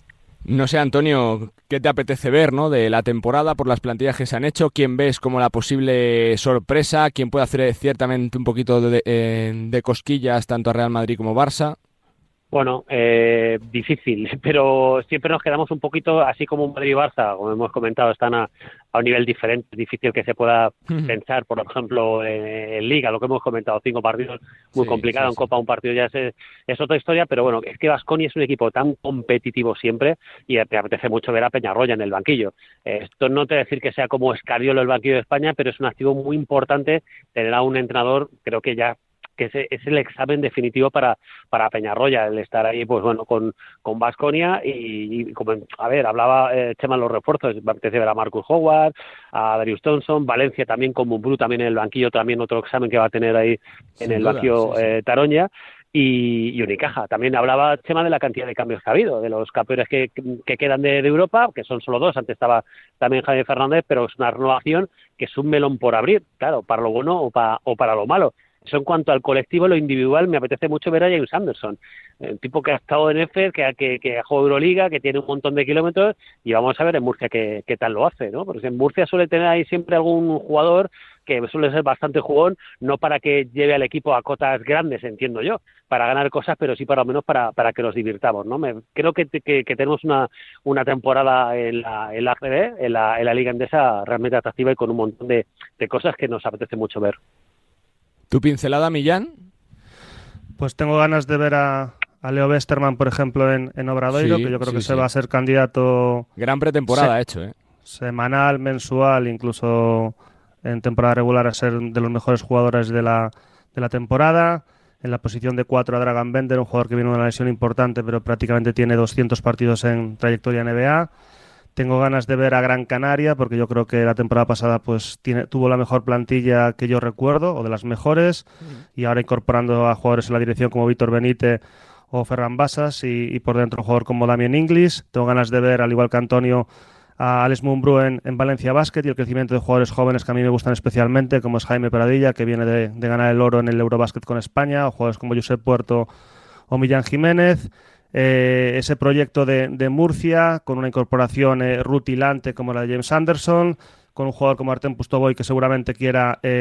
No sé, Antonio, ¿qué te apetece ver, ¿no?, de la temporada por las plantillas que se han hecho? ¿Quién ves como la posible sorpresa? ¿Quién puede hacer ciertamente un poquito de, de, de cosquillas tanto a Real Madrid como Barça? Bueno, eh, difícil, pero siempre nos quedamos un poquito, así como Madrid y Barça, como hemos comentado, están a, a un nivel diferente, es difícil que se pueda uh-huh. pensar, por ejemplo, en, en Liga, lo que hemos comentado, cinco partidos, muy sí, complicado, sí, en Copa sí. un partido ya es, es otra historia, pero bueno, es que Baskonia es un equipo tan competitivo siempre, y me apetece mucho ver a Peñarroya en el banquillo. Esto no te decir que sea como Escariolo el banquillo de España, pero es un activo muy importante tener a un entrenador, creo que ya que es, es el examen definitivo para para Peñarroya, el estar ahí, pues bueno, con con Baskonia y, y como, a ver, hablaba eh, Chema en los refuerzos, me apetece ver a Marcus Howard, a Darius Thompson, Valencia también con Mumbrú, también en el banquillo, también otro examen que va a tener ahí en Sin el duda, banquillo sí, sí. Eh, Taroña. Y, y Unicaja. También hablaba Chema de la cantidad de cambios que ha habido, de los campeones que, que quedan de, de Europa, que son solo dos, antes estaba también Javier Fernández, pero es una renovación que es un melón por abrir, claro, para lo bueno o, para, o para lo malo. Eso en cuanto al colectivo, lo individual, me apetece mucho ver a James Anderson, un tipo que ha estado en Efer, que, que, que ha jugado Euroliga, que tiene un montón de kilómetros, y vamos a ver en Murcia qué, qué tal lo hace, ¿no? Porque en Murcia suele tener ahí siempre algún jugador que suele ser bastante jugón, no para que lleve al equipo a cotas grandes, entiendo yo, para ganar cosas, pero sí para lo menos para, para que nos divirtamos, ¿no? Me, creo que, que, que tenemos una, una temporada en la, en la A C B, en la, en la Liga Endesa, realmente atractiva y con un montón de, de cosas que nos apetece mucho ver. ¿Tu pincelada, Millán? Pues tengo ganas de ver a, a Leo Westerman, por ejemplo, en, en Obradoiro, sí, que yo creo sí, que sí. se va a ser candidato... Gran pretemporada se, hecho, ¿eh? Semanal, mensual, incluso en temporada regular, a ser de los mejores jugadores de la, de la temporada. En la posición de cuatro a Dragan Bender, un jugador que viene de una lesión importante, pero prácticamente tiene doscientos partidos en trayectoria N B A. Tengo ganas de ver a Gran Canaria, porque yo creo que la temporada pasada pues tiene, tuvo la mejor plantilla que yo recuerdo, o de las mejores, mm. y ahora incorporando a jugadores en la dirección como Víctor Benítez o Ferran Basas, y, y por dentro un jugador como Damien Inglis. Tengo ganas de ver, al igual que Antonio, a Alex Mumbrú en, en Valencia Basket, y el crecimiento de jugadores jóvenes que a mí me gustan especialmente, como es Jaime Pradilla, que viene de, de ganar el oro en el Eurobasket con España, o jugadores como Josep Puerto o Millán Jiménez. Eh, ese proyecto de, de Murcia, con una incorporación eh, rutilante como la de James Anderson, con un jugador como Artem Pustovoy, que seguramente quiera eh,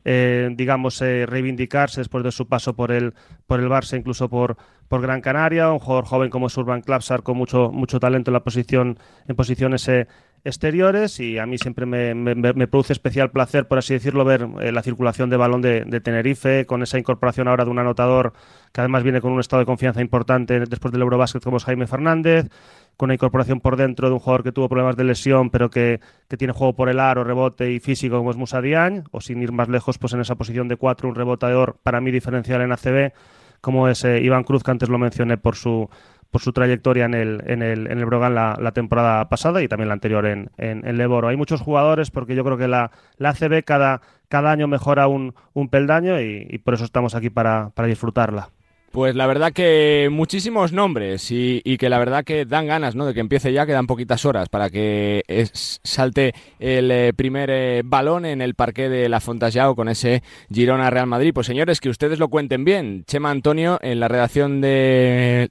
eh, digamos, eh, reivindicarse después de su paso por el, por el Barça, incluso por, por Gran Canaria, un jugador joven como es Urban Klapsar con mucho, mucho talento en la posición, en posiciones eh, exteriores, y a mí siempre me, me, me produce especial placer, por así decirlo, ver eh, la circulación de balón de, de Tenerife, con esa incorporación ahora de un anotador que además viene con un estado de confianza importante después del Eurobásquet como es Jaime Fernández, con una incorporación por dentro de un jugador que tuvo problemas de lesión pero que, que tiene juego por el aro, rebote y físico como es Moussa Diagne, o sin ir más lejos pues en esa posición de cuatro, un reboteador para mí diferencial en A C B como es eh, Iván Cruz, que antes lo mencioné por su por su trayectoria en el, en el, en el Brogan la, la temporada pasada y también la anterior en, en, en Leboro. Hay muchos jugadores porque yo creo que la, la A C B cada, cada año mejora un, un peldaño y, y por eso estamos aquí para, para disfrutarla. Pues la verdad que muchísimos nombres y, y que la verdad que dan ganas, ¿no?, de que empiece ya, quedan poquitas horas para que es, salte el eh, primer eh, balón en el parqué de la Fontajau con ese Girona Real Madrid. Pues señores, que ustedes lo cuenten bien. Chema Antonio en la redacción de...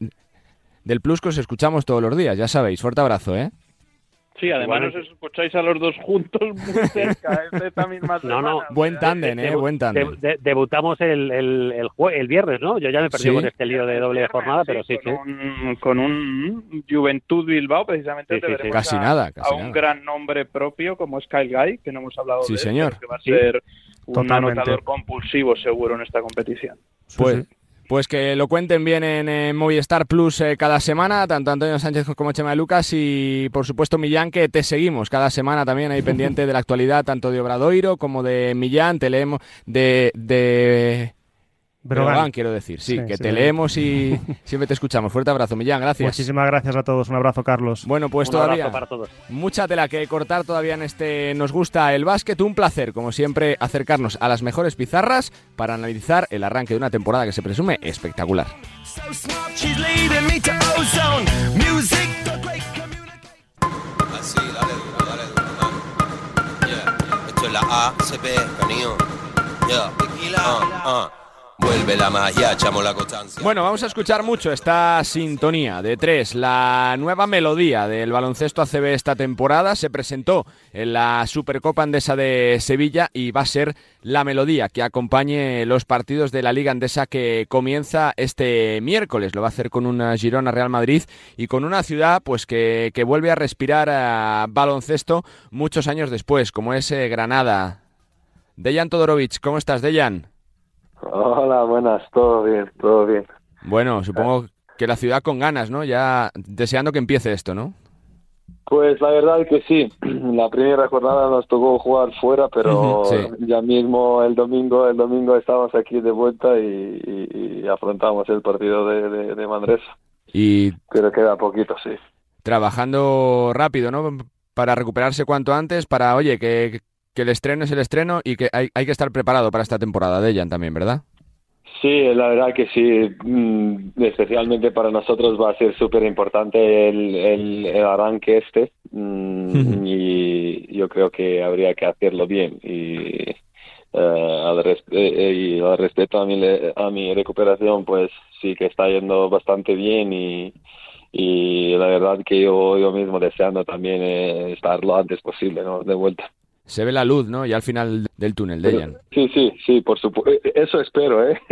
del Plus, que os escuchamos todos los días, ya sabéis. Fuerte abrazo, ¿eh? Sí, además Igual. os escucháis a los dos juntos muy cerca esta misma semana. No, no. Buen tándem, ¿eh? Debu- Buen tándem. de- de- debutamos el, el, el, jue- el viernes, ¿no? Yo ya me perdí Sí. con este lío de doble jornada, pero sí, sí. Con un, con un Juventud Bilbao, precisamente, Sí, sí, sí. veremos Casi a, nada, casi a un nada. gran nombre propio como es Kyle Guy, que no hemos hablado Sí, de él, señor. pero que va a Sí. ser un Totalmente. anotador compulsivo seguro en esta competición. Pues, pues que lo cuenten bien en eh, Movistar Plus eh, cada semana, tanto Antonio Sánchez como Chema de Lucas, y por supuesto Millán, que te seguimos cada semana también ahí pendiente de la actualidad tanto de Obradoiro como de Millán, te leemos de... de... Brogan. Brogan, quiero decir, sí, Sí, que sí. te leemos y siempre te escuchamos. Fuerte abrazo, Millán, gracias. Muchísimas gracias a todos, un abrazo, Carlos. Bueno, pues Un todavía abrazo para todos. mucha tela que cortar todavía en este Nos Gusta el Básquet. Un placer, como siempre, acercarnos a las mejores pizarras para analizar el arranque de una temporada que se presume espectacular. Así, dale duro, dale duro, dale. Yeah. Esto es la A C P, canillo. Yeah. Tequila. Ah, ah. Vuelve la magia, echamos la constancia. Bueno, vamos a escuchar mucho esta sintonía de tres. La nueva melodía del baloncesto A C B esta temporada se presentó en la Supercopa Endesa de Sevilla y va a ser la melodía que acompañe los partidos de la Liga Endesa que comienza este miércoles. Lo va a hacer con una Girona Real Madrid y con una ciudad pues que, que vuelve a respirar a baloncesto muchos años después, como es eh, Granada. Dejan Todorovic, ¿cómo estás, Dejan? Hola, buenas, todo bien, todo bien. Bueno, supongo que la ciudad con ganas, ¿no? Ya deseando que empiece esto, ¿no? Pues la verdad que sí, la primera jornada nos tocó jugar fuera, pero Sí. ya mismo el domingo, el domingo estamos aquí de vuelta y, y- y afrontamos el partido de, de, de Manresa, Y pero queda poquito, sí. trabajando rápido, ¿no? Para recuperarse cuanto antes, para, oye, que, que el estreno es el estreno y que hay, hay que estar preparado para esta temporada, Dejan, también, ¿verdad? Sí, la verdad que sí, mm, especialmente para nosotros va a ser súper importante el, el, el arranque este mm, y yo creo que habría que hacerlo bien y eh, al, res- eh, y al respecto a mi, le- a mi recuperación pues sí que está yendo bastante bien y, y la verdad que yo, yo mismo deseando también eh, estar lo antes posible, ¿no? De vuelta. Se ve la luz, ¿no? Ya al final del túnel, Dejan. Sí, sí, sí, por supuesto. Eso espero, ¿eh?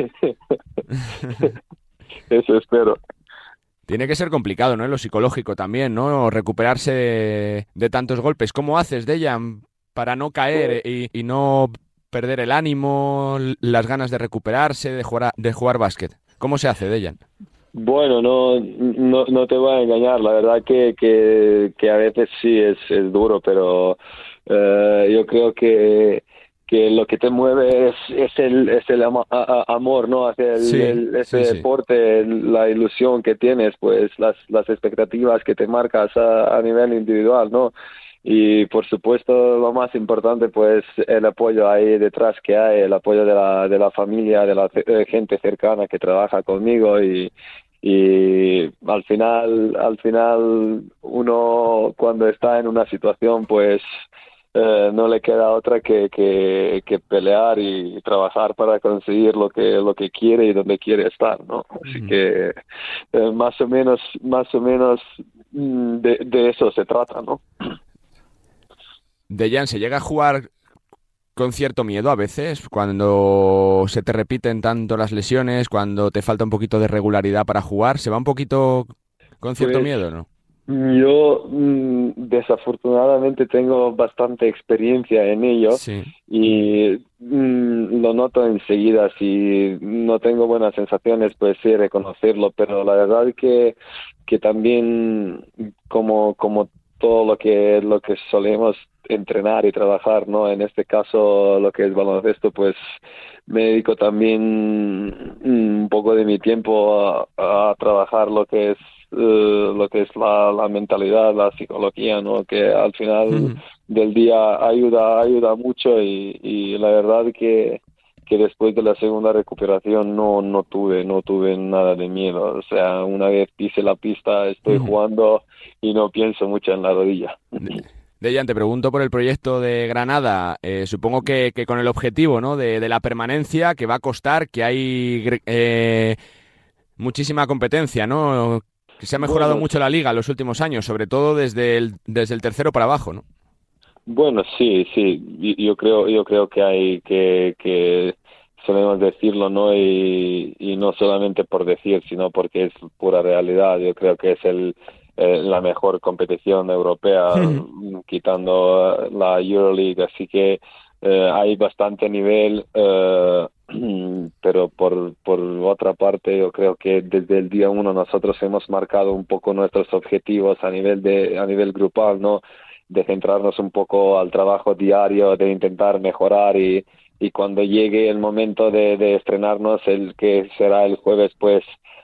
Eso espero. Tiene que ser complicado, ¿no? En lo psicológico también, ¿no? Recuperarse de, de tantos golpes. ¿Cómo haces, Dejan, para no caer y, y no perder el ánimo, las ganas de recuperarse, de jugar, a- de jugar básquet? ¿Cómo se hace, Dejan? Bueno, no, no, no te voy a engañar, la verdad que, que, que a veces sí es, es duro, pero eh, yo creo que, que lo que te mueve es, es el, es el ama- a- a- amor, ¿no? Hacia el, Sí, el- ese sí, sí. deporte, el- la ilusión que tienes, pues las, las expectativas que te marcas a, a nivel individual, ¿no? Y por supuesto lo más importante pues el apoyo ahí detrás que hay, el apoyo de la, de la familia, de la ce- eh, gente cercana que trabaja conmigo y, y al final, al final uno cuando está en una situación pues eh, no le queda otra que, que, que pelear y trabajar para conseguir lo que, lo que quiere y donde quiere estar, ¿no? Así que eh, más o menos, más o menos mm, de, de eso se trata, ¿no? Dejan, ¿se llega a jugar con cierto miedo a veces, cuando se te repiten tanto las lesiones, cuando te falta un poquito de regularidad para jugar? ¿Se va un poquito con cierto Pues, miedo, no? Yo mm, desafortunadamente tengo bastante experiencia en ello Sí. y mm, lo noto enseguida. Si no tengo buenas sensaciones, pues sí reconocerlo, pero la verdad que, que también como, como todo lo que, lo que solemos entrenar y trabajar, ¿no? En este caso, lo que es baloncesto, pues me dedico también un poco de mi tiempo a, a trabajar lo que es Uh, lo que es la, la mentalidad, la psicología, ¿no? Que al final Mm. del día ayuda ayuda mucho y, y la verdad que que después de la segunda recuperación no no tuve no tuve nada de miedo. O sea, una vez pise la pista estoy Mm. jugando y no pienso mucho en la rodilla. Dejan, te pregunto por el proyecto de Granada. Eh, supongo que, que con el objetivo, ¿no? de, de la permanencia, que va a costar, que hay eh, muchísima competencia, ¿no? Que se ha mejorado Bueno. mucho la liga en los últimos años, sobre todo desde el, desde el tercero para abajo, ¿no? Bueno, sí, sí, y- yo creo, yo creo que hay que, que solemos decirlo, ¿no? Y, y no solamente por decir, sino porque es pura realidad. Yo creo que es el, eh, la mejor competición europea, mm, quitando eh, la Euroleague, así que eh, hay bastante nivel, eh, pero por, por otra parte yo creo que desde el día uno nosotros hemos marcado un poco nuestros objetivos a nivel de, a nivel grupal, ¿no? De centrarnos un poco al trabajo diario, de intentar mejorar y, y cuando llegue el momento de, de estrenarnos, el que será el jueves, pues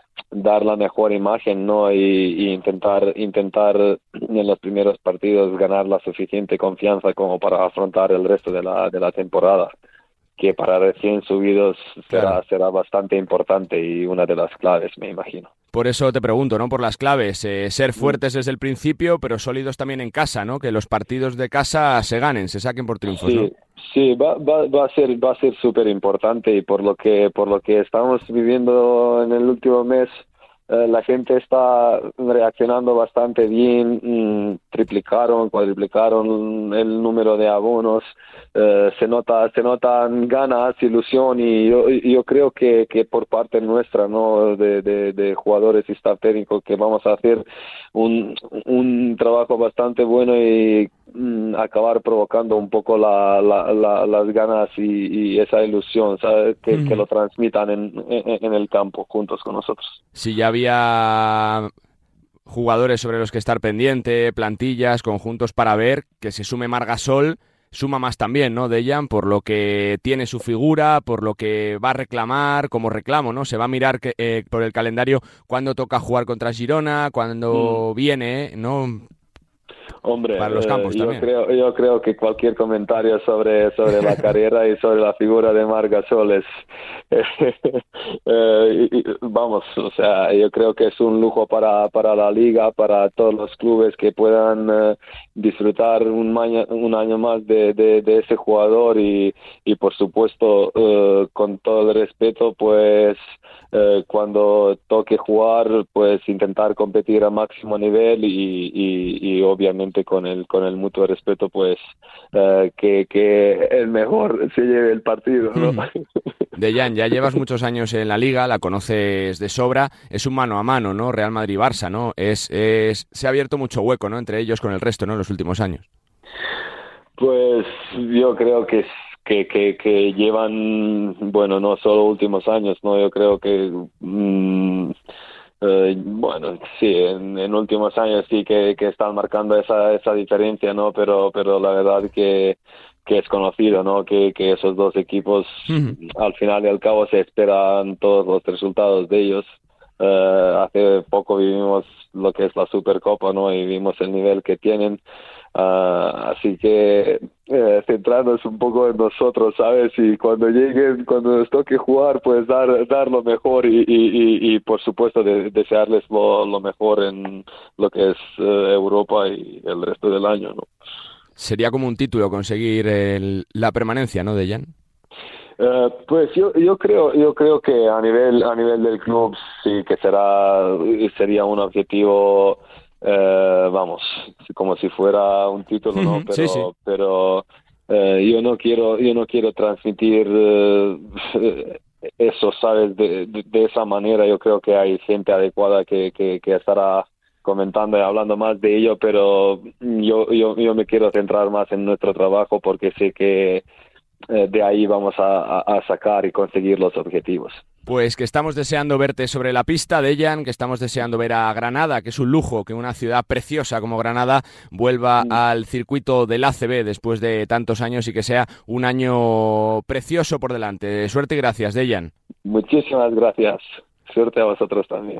dar la mejor imagen, ¿no? Y, y intentar intentar en los primeros partidos ganar la suficiente confianza como para afrontar el resto de la de la temporada, que para recién subidos será Claro. será bastante importante y una de las claves, me imagino. Por eso te pregunto, ¿no? Por las claves. Eh, ser fuertes desde el principio, pero sólidos también en casa, ¿no? Que los partidos de casa se ganen, se saquen por triunfos, Sí, ¿no? sí, va, va, va a ser va a ser súper importante y por lo que por lo que estamos viviendo en el último mes, eh, la gente está reaccionando bastante bien, mm, triplicaron, cuadriplicaron el número de abonos, eh, se nota se notan ganas, ilusión y yo, yo creo que, que por parte nuestra, ¿no? De, de, de jugadores y staff técnico que vamos a hacer un, un trabajo bastante bueno y mm, acabar provocando un poco la, la, la, las ganas y, y esa ilusión, ¿sabes? Que, Ujú. que lo transmitan en, en, en el campo juntos con nosotros. Si ya había jugadores sobre los que estar pendiente, plantillas, conjuntos para ver, que se sume Margasol, suma más también, ¿no? Dejan, por lo que tiene su figura, por lo que va a reclamar, como reclamo, ¿no? Se va a mirar que, eh, por el calendario cuándo toca jugar contra Girona, cuándo viene, ¿no? Hombre, Para los eh, campos yo también. creo yo creo que cualquier comentario sobre sobre la carrera y sobre la figura de Margasol es eh, y- y, vamos, o sea, yo creo que es un lujo para para la liga, para todos los clubes que puedan eh, disfrutar un, maña- un año más de, de, de ese jugador y, y por supuesto eh, con todo el respeto, pues eh, cuando toque jugar, pues intentar competir a máximo nivel y, y, y obviamente con el con el mutuo respeto, pues eh, que, que el mejor se lleve el partido, ¿no? Dejan, ya llevas muchos años en la liga, la conoces de sobra, es un mano a mano, ¿no? Real Madrid-Barça, ¿no? Es, es, se ha abierto mucho hueco, ¿no? Entre ellos con el resto, ¿no? En los últimos años. Pues yo creo que que, que, que llevan, bueno, no solo últimos años, no, yo creo que mm, eh, bueno, sí, en, en últimos años sí que, que están marcando esa esa diferencia, ¿no? Pero pero la verdad que que es conocido, ¿no? Que que esos dos equipos al final y al cabo se esperan todos los resultados de ellos. Eh, hace poco vivimos lo que es la Supercopa, ¿no? Y vimos el nivel que tienen. Uh, así que eh, centrarnos un poco en nosotros, ¿sabes? Y cuando lleguen, cuando nos toque jugar, pues dar dar lo mejor y, y, y, y por supuesto de, desearles lo, lo mejor en lo que es eh, Europa y el resto del año, ¿no? Sería como un título conseguir el, la permanencia, ¿no, Dejan? Eh, pues yo yo creo yo creo que a nivel a nivel del club sí que será sería un objetivo, eh, vamos, como si fuera un título, ¿no? Ujú, Pero sí, sí. pero eh, yo no quiero yo no quiero transmitir eh, eso, ¿sabes? De, de, de esa manera. Yo creo que hay gente adecuada que, que, que estará comentando y hablando más de ello, pero yo, yo, yo me quiero centrar más en nuestro trabajo porque sé que eh, de ahí vamos a, a, a sacar y conseguir los objetivos. Pues que estamos deseando verte sobre la pista, Dejan, que estamos deseando ver a Granada, que es un lujo que una ciudad preciosa como Granada vuelva mm. al circuito del A C B después de tantos años y que sea un año precioso por delante. Suerte y gracias, Dejan. Muchísimas gracias. Suerte a vosotros también.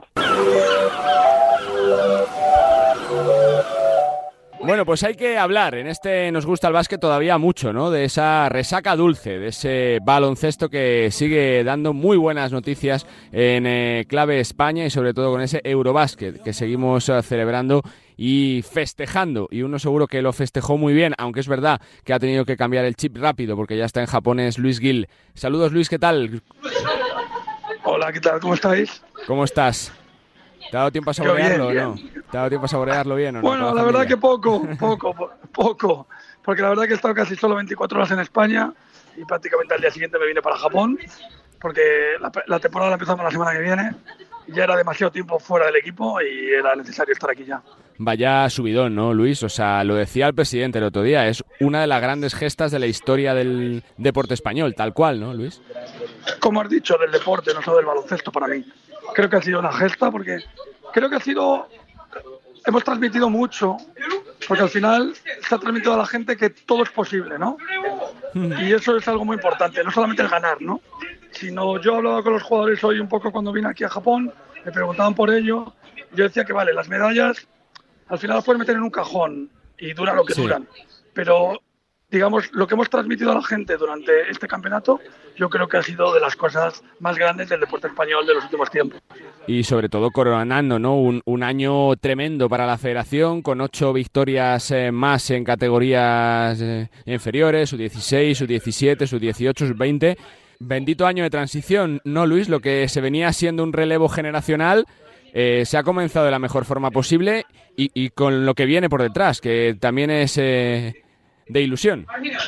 Bueno, pues hay que hablar, en este Nos Gusta el Básquet todavía mucho, ¿no? De esa resaca dulce, de ese baloncesto que sigue dando muy buenas noticias en eh, clave España y sobre todo con ese Eurobásquet que seguimos eh, celebrando y festejando, y uno seguro que lo festejó muy bien, aunque es verdad que ha tenido que cambiar el chip rápido porque ya está en Japón, es Luis Gil. Saludos, Luis, ¿qué tal? Hola, ¿qué tal? ¿Cómo estáis? ¿Cómo estás? ¿Te ha dado tiempo a saborearlo bien, o no? bien. ¿Te ha dado tiempo a saborearlo bien o no? Bueno, la, la verdad que poco, poco, poco. Porque la verdad que he estado casi solo veinticuatro horas en España y prácticamente al día siguiente me vine para Japón porque la, la temporada la empezamos la semana que viene y ya era demasiado tiempo fuera del equipo y era necesario estar aquí ya. Vaya subidón, ¿no, Luis? O sea, lo decía el presidente el otro día, es una de las grandes gestas de la historia del deporte español, tal cual, ¿no, Luis? Como has dicho, del deporte, no solo del baloncesto para mí. Creo que ha sido una gesta porque creo que ha sido... Hemos transmitido mucho, porque al final se ha transmitido a la gente que todo es posible, ¿no? Y eso es algo muy importante, no solamente el ganar, ¿no? Sino yo hablaba con los jugadores hoy un poco cuando vine aquí a Japón, me preguntaban por ello, y yo decía que vale, las medallas al final las puedes meter en un cajón y duran lo que sí. duran, pero digamos, lo que hemos transmitido a la gente durante este campeonato, yo creo que ha sido de las cosas más grandes del deporte español de los últimos tiempos. Y sobre todo coronando, ¿no? Un, un año tremendo para la federación, con ocho victorias eh, más en categorías eh, inferiores, sub dieciséis, sub diecisiete, sub dieciocho, sub veinte. Bendito año de transición, ¿no, Luis? Lo que se venía siendo un relevo generacional eh, se ha comenzado de la mejor forma posible y, y con lo que viene por detrás, que también es... Eh, de ilusión.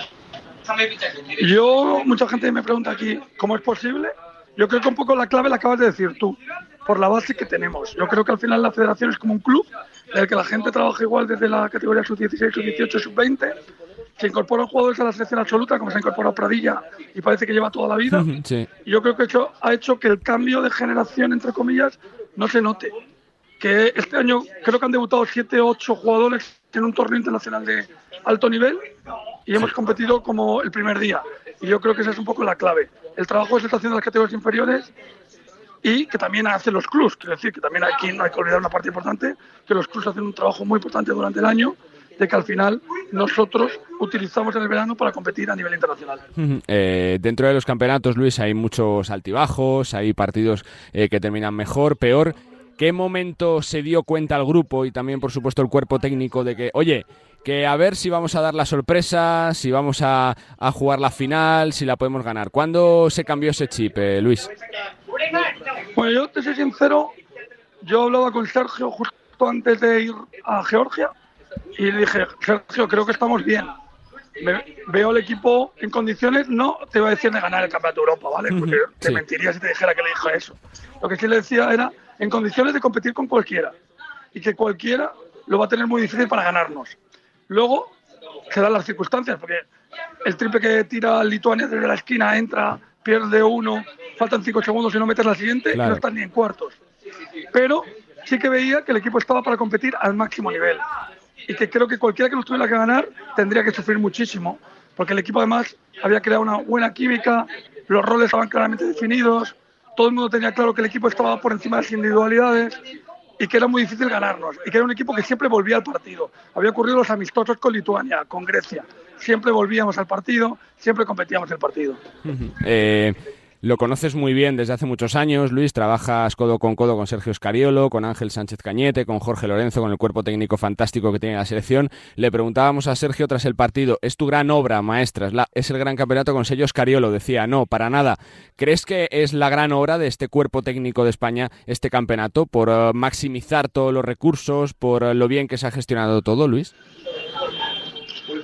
Yo, mucha gente me pregunta aquí cómo es posible. Yo creo que un poco la clave la acabas de decir tú, por la base que tenemos. Yo creo que al final la federación es como un club en el que la gente trabaja igual desde la categoría sub dieciséis, sub dieciocho, sub veinte. Se incorporan jugadores a la selección absoluta, como se ha incorporado Pradilla, y parece que lleva toda la vida. Sí. Y yo creo que eso ha hecho que el cambio de generación, entre comillas, no se note. Que este año creo que han debutado siete o ocho jugadores en un torneo internacional de alto nivel y hemos competido como el primer día. Y yo creo que esa es un poco la clave. El trabajo que se está haciendo en las categorías inferiores y que también hacen los clubs. Quiero decir que también aquí no hay que olvidar una parte importante, que los clubs hacen un trabajo muy importante durante el año, de que al final nosotros utilizamos en el verano para competir a nivel internacional. Eh, dentro de los campeonatos, Luis, hay muchos altibajos, hay partidos eh, que terminan mejor, peor. ¿Qué momento se dio cuenta el grupo y también, por supuesto, el cuerpo técnico de que, oye, que a ver si vamos a dar la sorpresa, si vamos a, a jugar la final, si la podemos ganar? ¿Cuándo se cambió ese chip, eh, Luis? Bueno, yo te soy sincero, yo hablaba con Sergio justo antes de ir a Georgia y le dije, Sergio, creo que estamos bien. Me, veo el equipo en condiciones, no te iba a decir de ganar el Campeonato de Europa, ¿vale? Porque te sí. mentiría si te dijera que le dije eso. Lo que sí le decía era en condiciones de competir con cualquiera y que cualquiera lo va a tener muy difícil para ganarnos. Luego se dan las circunstancias, porque el triple que tira Lituania desde la esquina entra, pierde uno, faltan cinco segundos y no metes la siguiente, claro. Y no estás ni en cuartos. Pero sí que veía que el equipo estaba para competir al máximo nivel y que creo que cualquiera que nos tuviera que ganar tendría que sufrir muchísimo, porque el equipo además había creado una buena química, los roles estaban claramente definidos, todo el mundo tenía claro que el equipo estaba por encima de las individualidades y que era muy difícil ganarnos, y que era un equipo que siempre volvía al partido. Había ocurrido los amistosos con Lituania, con Grecia. Siempre volvíamos al partido, siempre competíamos el partido. Eh, lo conoces muy bien desde hace muchos años, Luis. Trabajas codo con codo con Sergio Scariolo, con Ángel Sánchez Cañete, con Jorge Lorenzo, con el cuerpo técnico fantástico que tiene la selección. Le preguntábamos a Sergio tras el partido, ¿es tu gran obra maestra? ¿Es, la, es el gran campeonato con sello Scariolo? Decía, no, para nada. ¿Crees que es la gran obra de este cuerpo técnico de España, este campeonato, por uh, maximizar todos los recursos, por uh, lo bien que se ha gestionado todo, Luis?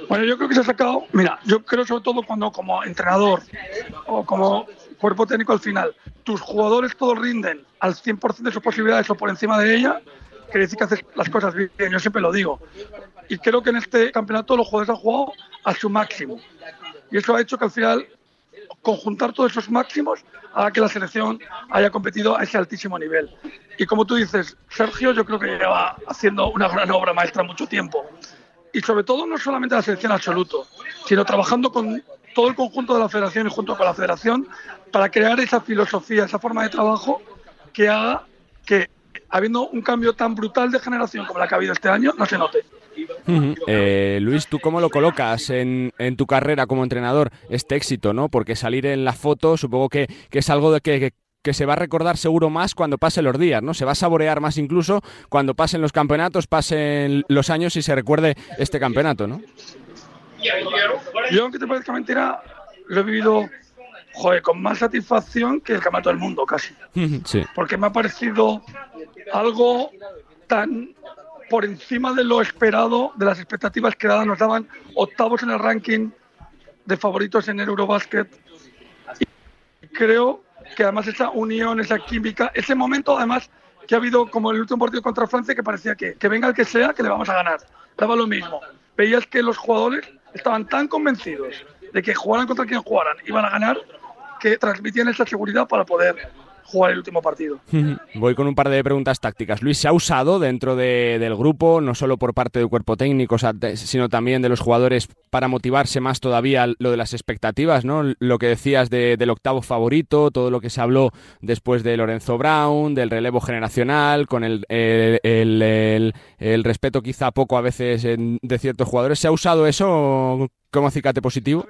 Bueno, yo creo que se ha sacado, mira, yo creo sobre todo cuando como entrenador o como cuerpo técnico al final, tus jugadores todos rinden al cien por ciento de sus posibilidades o por encima de ella, quiere decir que haces las cosas bien, yo siempre lo digo. Y creo que en este campeonato los jugadores han jugado a su máximo. Y eso ha hecho que al final conjuntar todos esos máximos haga que la selección haya competido a ese altísimo nivel. Y como tú dices, Sergio, yo creo que lleva haciendo una gran obra maestra mucho tiempo. Y sobre todo no solamente la selección absoluto, sino trabajando con todo el conjunto de la federación y junto con la federación para crear esa filosofía, esa forma de trabajo que haga que, habiendo un cambio tan brutal de generación como la que ha habido este año, no se note. Uh-huh. eh, Luis, ¿tú cómo lo colocas en, en tu carrera como entrenador este éxito, ¿no? Porque salir en la foto supongo que, que es algo de que, que, que se va a recordar seguro más cuando pasen los días, ¿no? Se va a saborear más incluso cuando pasen los campeonatos, pasen los años y se recuerde este campeonato, ¿no? Yo, aunque te parezca mentira, lo he vivido, joder, con más satisfacción que el campeonato del mundo, casi. Sí. Porque me ha parecido algo tan por encima de lo esperado, de las expectativas que daban, nos daban octavos en el ranking de favoritos en el Eurobasket. Y creo que además esa unión, esa química, ese momento además que ha habido como el último partido contra Francia, que parecía que, que venga el que sea, que le vamos a ganar. Daba lo mismo. Veías que los jugadores estaban tan convencidos de que jugaran contra quien jugaran, iban a ganar, que transmitían esa seguridad para poder jugar el último partido. Voy con un par de preguntas tácticas. Luis, ¿se ha usado dentro de, del grupo, no solo por parte del cuerpo técnico, sino también de los jugadores para motivarse más todavía lo de las expectativas, ¿no? Lo que decías de, del octavo favorito, todo lo que se habló después de Lorenzo Brown, del relevo generacional, con el, el, el, el, el respeto quizá poco a veces en, de ciertos jugadores. ¿Se ha usado eso como acicate positivo?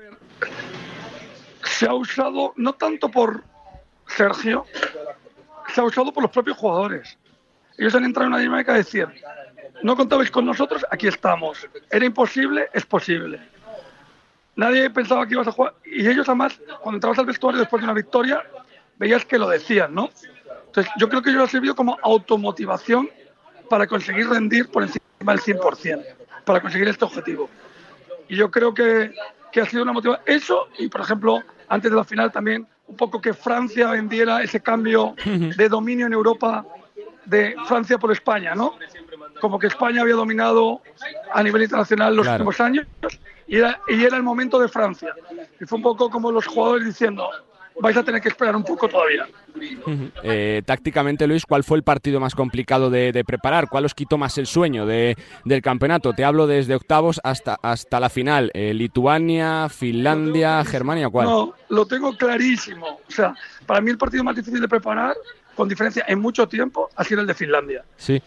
Se ha usado no tanto por Sergio, se ha usado por los propios jugadores. Ellos han entrado en una dinámica de decir, no contabais con nosotros, aquí estamos. Era imposible, es posible. Nadie pensaba que ibas a jugar. Y ellos además, cuando entrabas al vestuario después de una victoria, veías que lo decían, ¿no? Entonces yo creo que ello ha servido como automotivación para conseguir rendir por encima del cien por ciento, para conseguir este objetivo. Y yo creo que, que ha sido una motivación. Eso, y por ejemplo, antes de la final también, un poco que Francia vendiera ese cambio de dominio en Europa de Francia por España, ¿no? Como que España había dominado a nivel internacional los Claro. últimos años y era, y era el momento de Francia. Y fue un poco como los jugadores diciendo, vais a tener que esperar un poco todavía. Eh, tácticamente, Luis, ¿cuál fue el partido más complicado de, de preparar? ¿Cuál os quitó más el sueño de, del campeonato? Te hablo desde octavos hasta, hasta la final. Eh, Lituania, Finlandia, Germania, ¿cuál? No, lo tengo clarísimo. O sea, para mí el partido más difícil de preparar, con diferencia en mucho tiempo, ha sido el de Finlandia. Sí.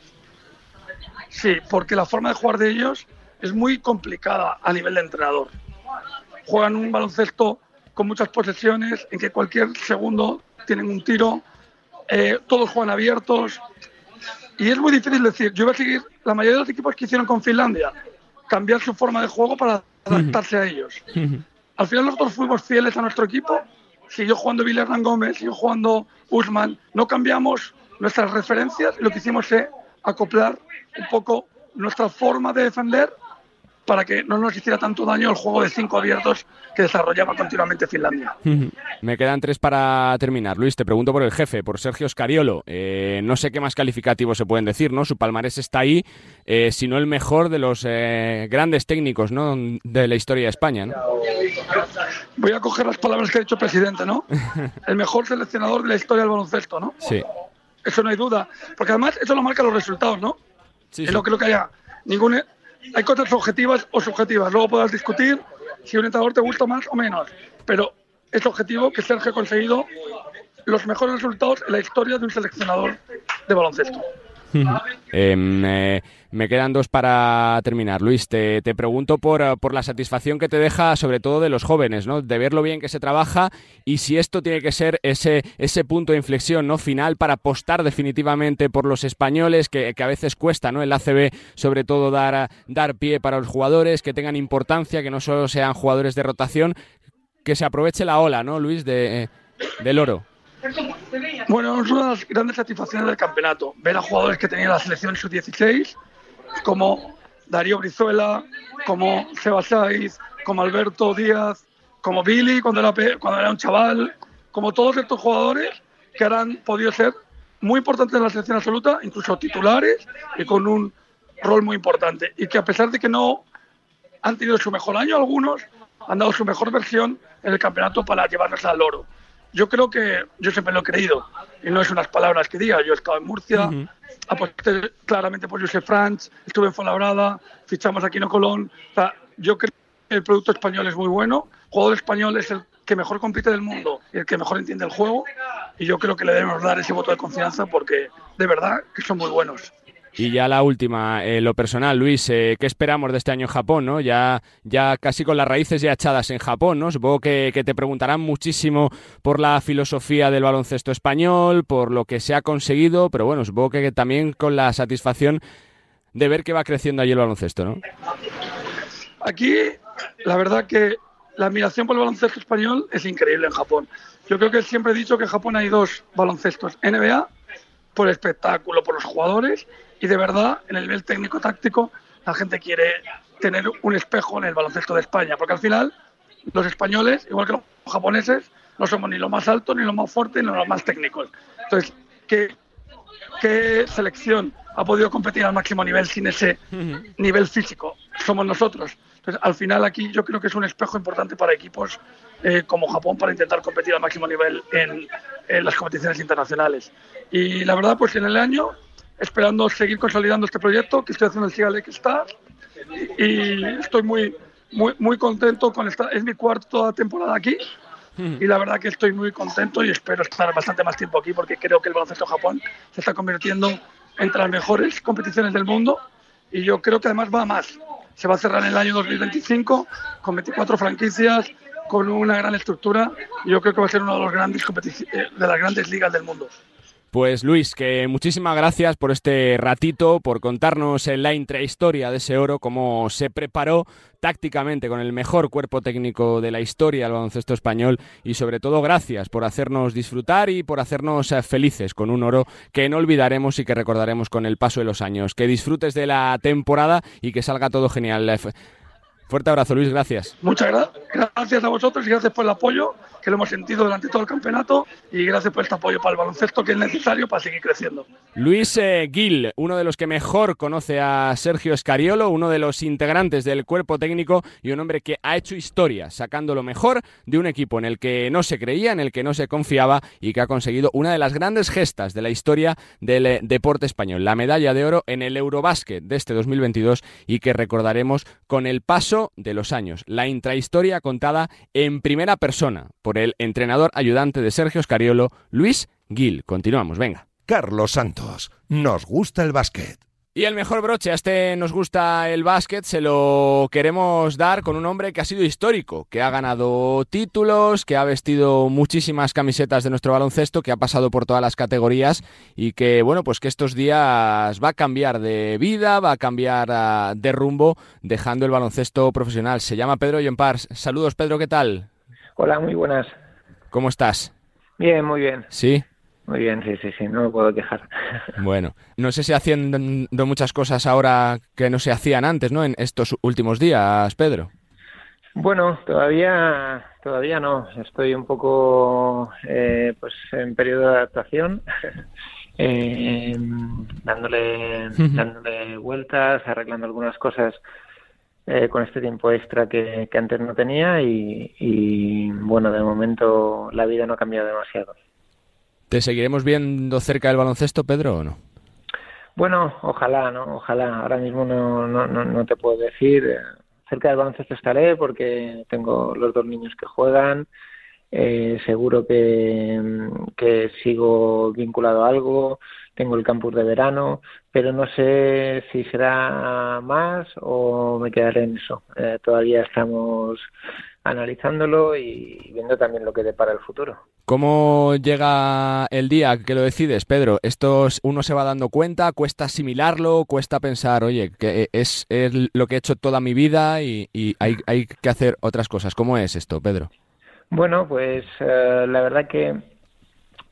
Sí, porque la forma de jugar de ellos es muy complicada a nivel de entrenador. Juegan un baloncesto con muchas posesiones, en que cualquier segundo tienen un tiro, eh, todos juegan abiertos, y es muy difícil decir, yo voy a seguir la mayoría de los equipos que hicieron con Finlandia, cambiar su forma de juego para adaptarse a ellos. Al final nosotros fuimos fieles a nuestro equipo, siguió jugando Villarran Gómez, siguió jugando Usman, no cambiamos nuestras referencias, y lo que hicimos fue acoplar un poco nuestra forma de defender para que no nos hiciera tanto daño el juego de cinco abiertos que desarrollaba continuamente Finlandia. Me quedan tres para terminar. Luis, te pregunto por el jefe, por Sergio Scariolo. Eh, no sé qué más calificativos se pueden decir, ¿no? Su palmarés está ahí, eh, si no el mejor de los eh, grandes técnicos, ¿no?, de la historia de España, ¿no? Voy a coger las palabras que ha dicho el presidente, ¿no? El mejor seleccionador de la historia del baloncesto, ¿no? Sí. Eso no hay duda. Porque además eso lo marcan los resultados, ¿no? Sí, es sí. lo que, lo que haya. Ningún... Hay cosas objetivas o subjetivas. Luego podrás discutir si un entrenador te gusta más o menos. Pero es objetivo que Sergio ha conseguido los mejores resultados en la historia de un seleccionador de baloncesto. Eh, me, me quedan dos para terminar. Luis, te, te pregunto por, por la satisfacción que te deja, sobre todo de los jóvenes, ¿no? De ver lo bien que se trabaja y si esto tiene que ser ese, ese punto de inflexión, ¿no?, final para apostar definitivamente por los españoles, que, que a veces cuesta, ¿no?, el A C B, sobre todo dar, dar pie para los jugadores, que tengan importancia, que no solo sean jugadores de rotación, que se aproveche la ola, ¿no, Luis, de, del oro. Bueno, es una de las grandes satisfacciones del campeonato, ver a jugadores que tenían la selección sub dieciséis, como Darío Brizuela, como Seba Saiz, como Alberto Díaz, como Billy cuando era, cuando era un chaval, como todos estos jugadores que ahora han podido ser muy importantes en la selección absoluta, incluso titulares y con un rol muy importante. Y que a pesar de que no han tenido su mejor año algunos, han dado su mejor versión en el campeonato para llevarnos al oro. Yo creo que, yo siempre lo he creído, y no es unas palabras que diga, yo he estado en Murcia, uh-huh. aposté claramente por Josep Franch, estuve en Fuenlabrada, fichamos aquí en Colón. O sea, yo creo que el producto español es muy bueno, el jugador español es el que mejor compite del mundo y el que mejor entiende el juego, y yo creo que le debemos dar ese voto de confianza porque de verdad que son muy buenos. Y ya la última, eh, lo personal, Luis, eh, ¿qué esperamos de este año en Japón, ¿no? Ya, ya casi con las raíces ya echadas en Japón, ¿no? Supongo que, que te preguntarán muchísimo por la filosofía del baloncesto español, por lo que se ha conseguido, pero bueno, supongo que también con la satisfacción de ver que va creciendo allí el baloncesto, ¿no? Aquí, la verdad que la admiración por el baloncesto español es increíble en Japón. Yo creo que siempre he dicho que en Japón hay dos baloncestos, N B A, por el espectáculo, por los jugadores, y de verdad, en el nivel técnico-táctico, la gente quiere tener un espejo en el baloncesto de España, porque al final los españoles, igual que los japoneses, no somos ni los más altos, ni los más fuertes, ni los más técnicos. Entonces, ¿qué, qué selección ha podido competir al máximo nivel sin ese nivel físico? Somos nosotros. Entonces, al final aquí yo creo que es un espejo importante para equipos eh, como Japón para intentar competir al máximo nivel en, en las competiciones internacionales. Y la verdad, pues en el año, esperando seguir consolidando este proyecto, que estoy haciendo el Siga Lake Star, y, y estoy muy, muy, muy contento con esta, es mi cuarta temporada aquí, y la verdad que estoy muy contento y espero estar bastante más tiempo aquí porque creo que el baloncesto Japón se está convirtiendo entre las mejores competiciones del mundo, y yo creo que además va a más. Se va a cerrar en el año dos mil veinticinco con veinticuatro franquicias, con una gran estructura, y yo creo que va a ser una de, los grandes competici- de las grandes ligas del mundo. Pues Luis, que muchísimas gracias por este ratito, por contarnos en la intrahistoria de ese oro, cómo se preparó tácticamente con el mejor cuerpo técnico de la historia del baloncesto español, y sobre todo gracias por hacernos disfrutar y por hacernos felices con un oro que no olvidaremos y que recordaremos con el paso de los años. Que disfrutes de la temporada y que salga todo genial. Fuerte abrazo, Luis, gracias. Muchas gra- gracias a vosotros y gracias por el apoyo que lo hemos sentido durante todo el campeonato, y gracias por este apoyo para el baloncesto que es necesario para seguir creciendo. Luis eh, Gil, uno de los que mejor conoce a Sergio Scariolo, uno de los integrantes del cuerpo técnico y un hombre que ha hecho historia, sacando lo mejor de un equipo en el que no se creía, en el que no se confiaba, y que ha conseguido una de las grandes gestas de la historia del eh, deporte español, la medalla de oro en el Eurobásquet de este dos mil veintidós, y que recordaremos con el paso de los años. La intrahistoria contada en primera persona por el entrenador ayudante de Sergio Scariolo, Luis Gil. Continuamos, venga. Carlos Santos, nos gusta el básquet. Y el mejor broche a este Nos gusta el básquet se lo queremos dar con un hombre que ha sido histórico, que ha ganado títulos, que ha vestido muchísimas camisetas de nuestro baloncesto, que ha pasado por todas las categorías, y que, bueno, pues que estos días va a cambiar de vida, va a cambiar uh, de rumbo, dejando el baloncesto profesional. Se llama Pedro Llompars. Saludos, Pedro, ¿qué tal? Hola, muy buenas. ¿Cómo estás? Bien, muy bien. ¿Sí? Muy bien, sí, sí, sí, no me puedo quejar. Bueno, no sé si haciendo muchas cosas ahora que no se hacían antes, ¿no? En estos últimos días, Pedro. Bueno, todavía todavía no. Estoy un poco eh, pues en periodo de adaptación, eh, dándole dándole vueltas, arreglando algunas cosas eh, con este tiempo extra que, que antes no tenía, y, y bueno, de momento la vida no ha cambiado demasiado. ¿Te seguiremos viendo cerca del baloncesto, Pedro, o no? Bueno, ojalá, ¿no? Ojalá. Ahora mismo no, no, no, no te puedo decir. Cerca del baloncesto estaré porque tengo los dos niños que juegan. Eh, seguro que, que sigo vinculado a algo. Tengo el campus de verano, pero no sé si será más o me quedaré en eso. Eh, todavía estamos analizándolo y viendo también lo que depara el futuro. ¿Cómo llega el día que lo decides, Pedro? Esto uno se va dando cuenta, cuesta asimilarlo, cuesta pensar, oye, que es, es lo que he hecho toda mi vida y, y hay, hay que hacer otras cosas. ¿Cómo es esto, Pedro? Bueno, pues eh, la verdad que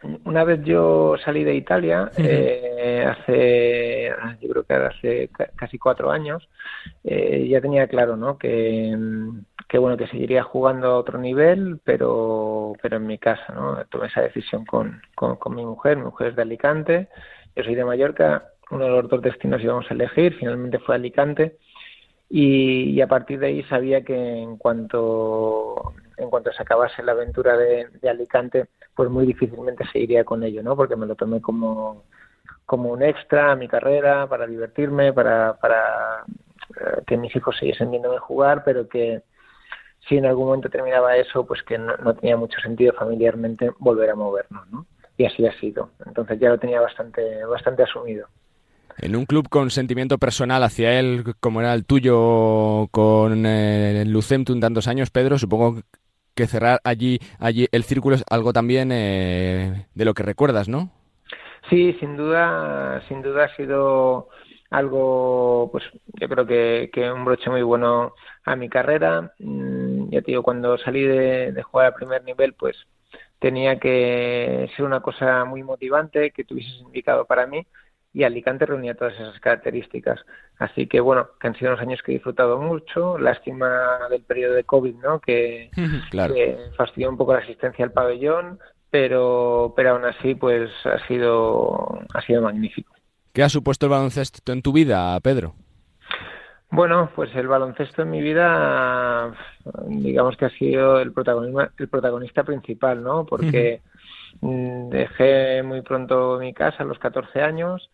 una vez yo salí de Italia, eh, hace, yo creo que hace casi cuatro años, eh, ya tenía claro, ¿no? Que, que bueno, que seguiría jugando a otro nivel, pero, pero en mi casa, ¿no? Tomé esa decisión con, con, con mi mujer. Mi mujer es de Alicante, yo soy de Mallorca. Uno de los dos destinos íbamos a elegir, finalmente fue Alicante. Y, y a partir de ahí sabía que en cuanto en cuanto se acabase la aventura de, de Alicante, pues muy difícilmente seguiría con ello, ¿no? Porque me lo tomé como, como un extra a mi carrera, para divertirme, para, para eh, que mis hijos siguiesen viéndome jugar, pero que si en algún momento terminaba eso, pues que no, no tenía mucho sentido familiarmente volver a movernos, ¿no? Y así ha sido. Entonces ya lo tenía bastante, bastante asumido. En un club con sentimiento personal hacia él, como era el tuyo con eh, Lucentum tantos años, Pedro, supongo que cerrar allí allí el círculo es algo también eh, de lo que recuerdas, ¿no? Sí, sin duda, sin duda ha sido algo, pues yo creo que, que un broche muy bueno a mi carrera. Mm, ya te digo, cuando salí de, de jugar al primer nivel, pues tenía que ser una cosa muy motivante, que tuviese significado para mí. Y Alicante reunía todas esas características. Así que, bueno, que han sido unos años que he disfrutado mucho. Lástima del periodo de COVID, ¿no? Que, claro. que fastidió un poco la asistencia al pabellón, pero pero aún así, pues ha sido ha sido magnífico. ¿Qué ha supuesto el baloncesto en tu vida, Pedro? Bueno, pues el baloncesto en mi vida, digamos que ha sido el protagonista, el protagonista principal, ¿no? Porque uh-huh. dejé muy pronto mi casa a los catorce años.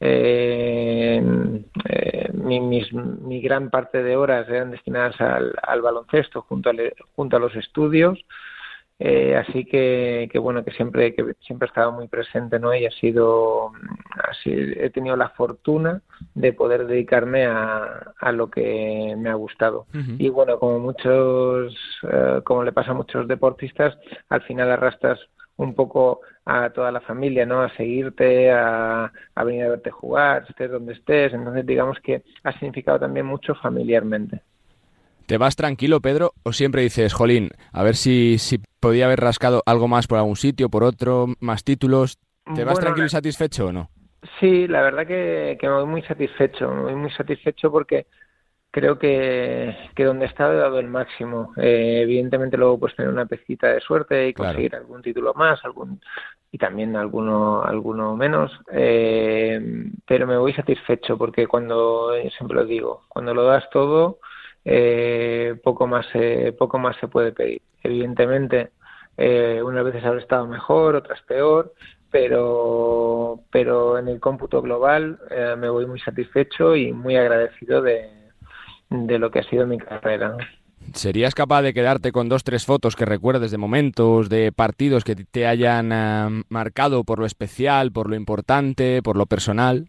Eh, eh, mi, mis, mi gran parte de horas eran destinadas al, al baloncesto junto, al, junto a los estudios, eh, así que, que bueno, que siempre que siempre he estado muy presente, ¿no? Y ha sido así, he tenido la fortuna de poder dedicarme a, a lo que me ha gustado. Uh-huh. Y bueno, como muchos eh, como le pasa a muchos deportistas, al final arrastras un poco a toda la familia, ¿no? A seguirte, a, a venir a verte jugar, estés donde estés. Entonces, digamos que ha significado también mucho familiarmente. ¿Te vas tranquilo, Pedro, o siempre dices, jolín, a ver si, si podía haber rascado algo más por algún sitio, por otro, más títulos? ¿Te vas bueno, tranquilo y satisfecho o no? Sí, la verdad que, que me voy muy satisfecho, me voy muy satisfecho porque creo que, que donde he estado he dado el máximo. Eh, evidentemente luego pues tener una pezquita de suerte y conseguir claro. algún título más, algún y también alguno alguno menos, eh, pero me voy satisfecho porque cuando, siempre lo digo, cuando lo das todo, eh, poco más eh, poco más se puede pedir. Evidentemente, eh, unas veces habrá estado mejor, otras peor, pero pero en el cómputo global eh, me voy muy satisfecho y muy agradecido de de lo que ha sido mi carrera, ¿no? ¿Serías capaz de quedarte con dos, tres fotos que recuerdes de momentos, de partidos que te hayan uh, marcado por lo especial, por lo importante, por lo personal?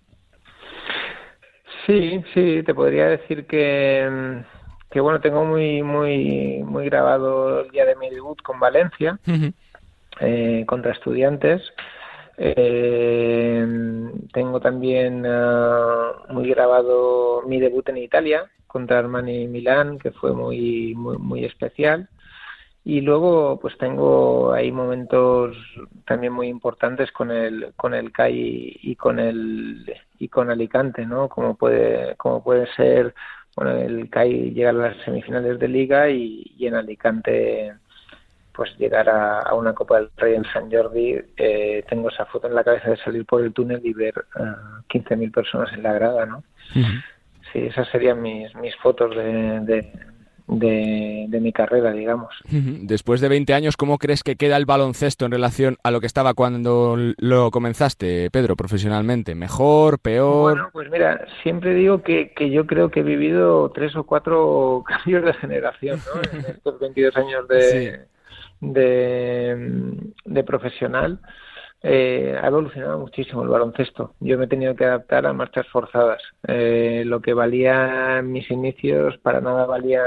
Sí, sí, te podría decir que, que bueno, tengo muy, muy, muy grabado el día de mi debut con Valencia, uh-huh. eh, contra Estudiantes. Eh, tengo también uh, muy grabado mi debut en Italia contra Armani Milán, que fue muy muy muy especial, y luego pues tengo ahí momentos también muy importantes con el con el C A I y con el y con Alicante, ¿no? Como puede como puede ser, bueno, el C A I llegar a las semifinales de Liga y, y en Alicante pues llegar a, a una Copa del Rey en Sant Jordi. Eh, tengo esa foto en la cabeza de salir por el túnel y ver uh, quince mil personas en la grada, ¿no? Uh-huh. Sí, esas serían mis mis fotos de, de, de, de mi carrera, digamos. Uh-huh. Después de veinte años, ¿cómo crees que queda el baloncesto en relación a lo que estaba cuando lo comenzaste, Pedro, profesionalmente? ¿Mejor, peor? Bueno, pues mira, siempre digo que, que yo creo que he vivido tres o cuatro cambios de generación, ¿no? En estos veintidós años de... Sí. De, de profesional, eh, ha evolucionado muchísimo el baloncesto. Yo me he tenido que adaptar a marchas forzadas. Eh, lo que valía en mis inicios para nada valía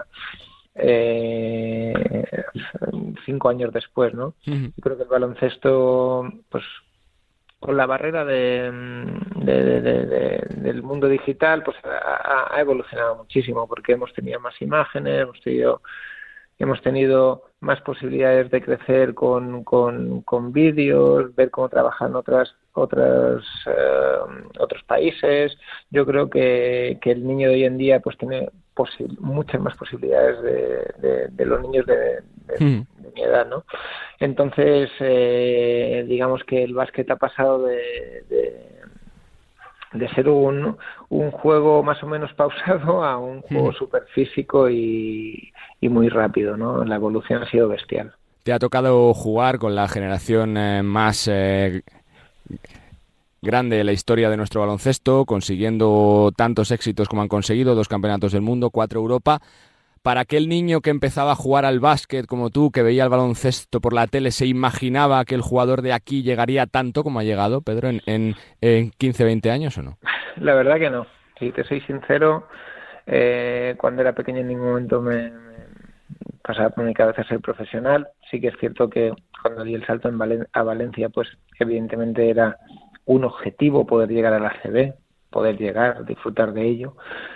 eh, cinco años después, ¿no? Uh-huh. Yo creo que el baloncesto, pues con la barrera de, de, de, de, de del mundo digital, pues ha, ha evolucionado muchísimo porque hemos tenido más imágenes, hemos tenido hemos tenido más posibilidades de crecer con, con, con vídeos, ver cómo trabajan otras otras eh, otros países. Yo creo que, que el niño de hoy en día pues tiene posi- muchas más posibilidades de, de, de los niños de, de, Mm. de mi edad, ¿no? Entonces, eh, digamos que el básquet ha pasado de, de, de ser un, un juego más o menos pausado a un juego Mm. súper físico y, y muy rápido, ¿no? La evolución ha sido bestial. Te ha tocado jugar con la generación eh, más eh, grande de la historia de nuestro baloncesto, consiguiendo tantos éxitos como han conseguido, dos campeonatos del mundo, cuatro Europa. Para aquel niño que empezaba a jugar al básquet como tú, que veía el baloncesto por la tele, ¿se imaginaba que el jugador de aquí llegaría tanto como ha llegado, Pedro, en, en, en quince, veinte años o no? La verdad que no. Si te soy sincero, eh, cuando era pequeño en ningún momento me, me pasaba por mi cabeza ser profesional. Sí que es cierto que cuando di el salto en Valen- a Valencia, pues evidentemente era un objetivo poder llegar a la A C B, poder llegar, disfrutar de ello,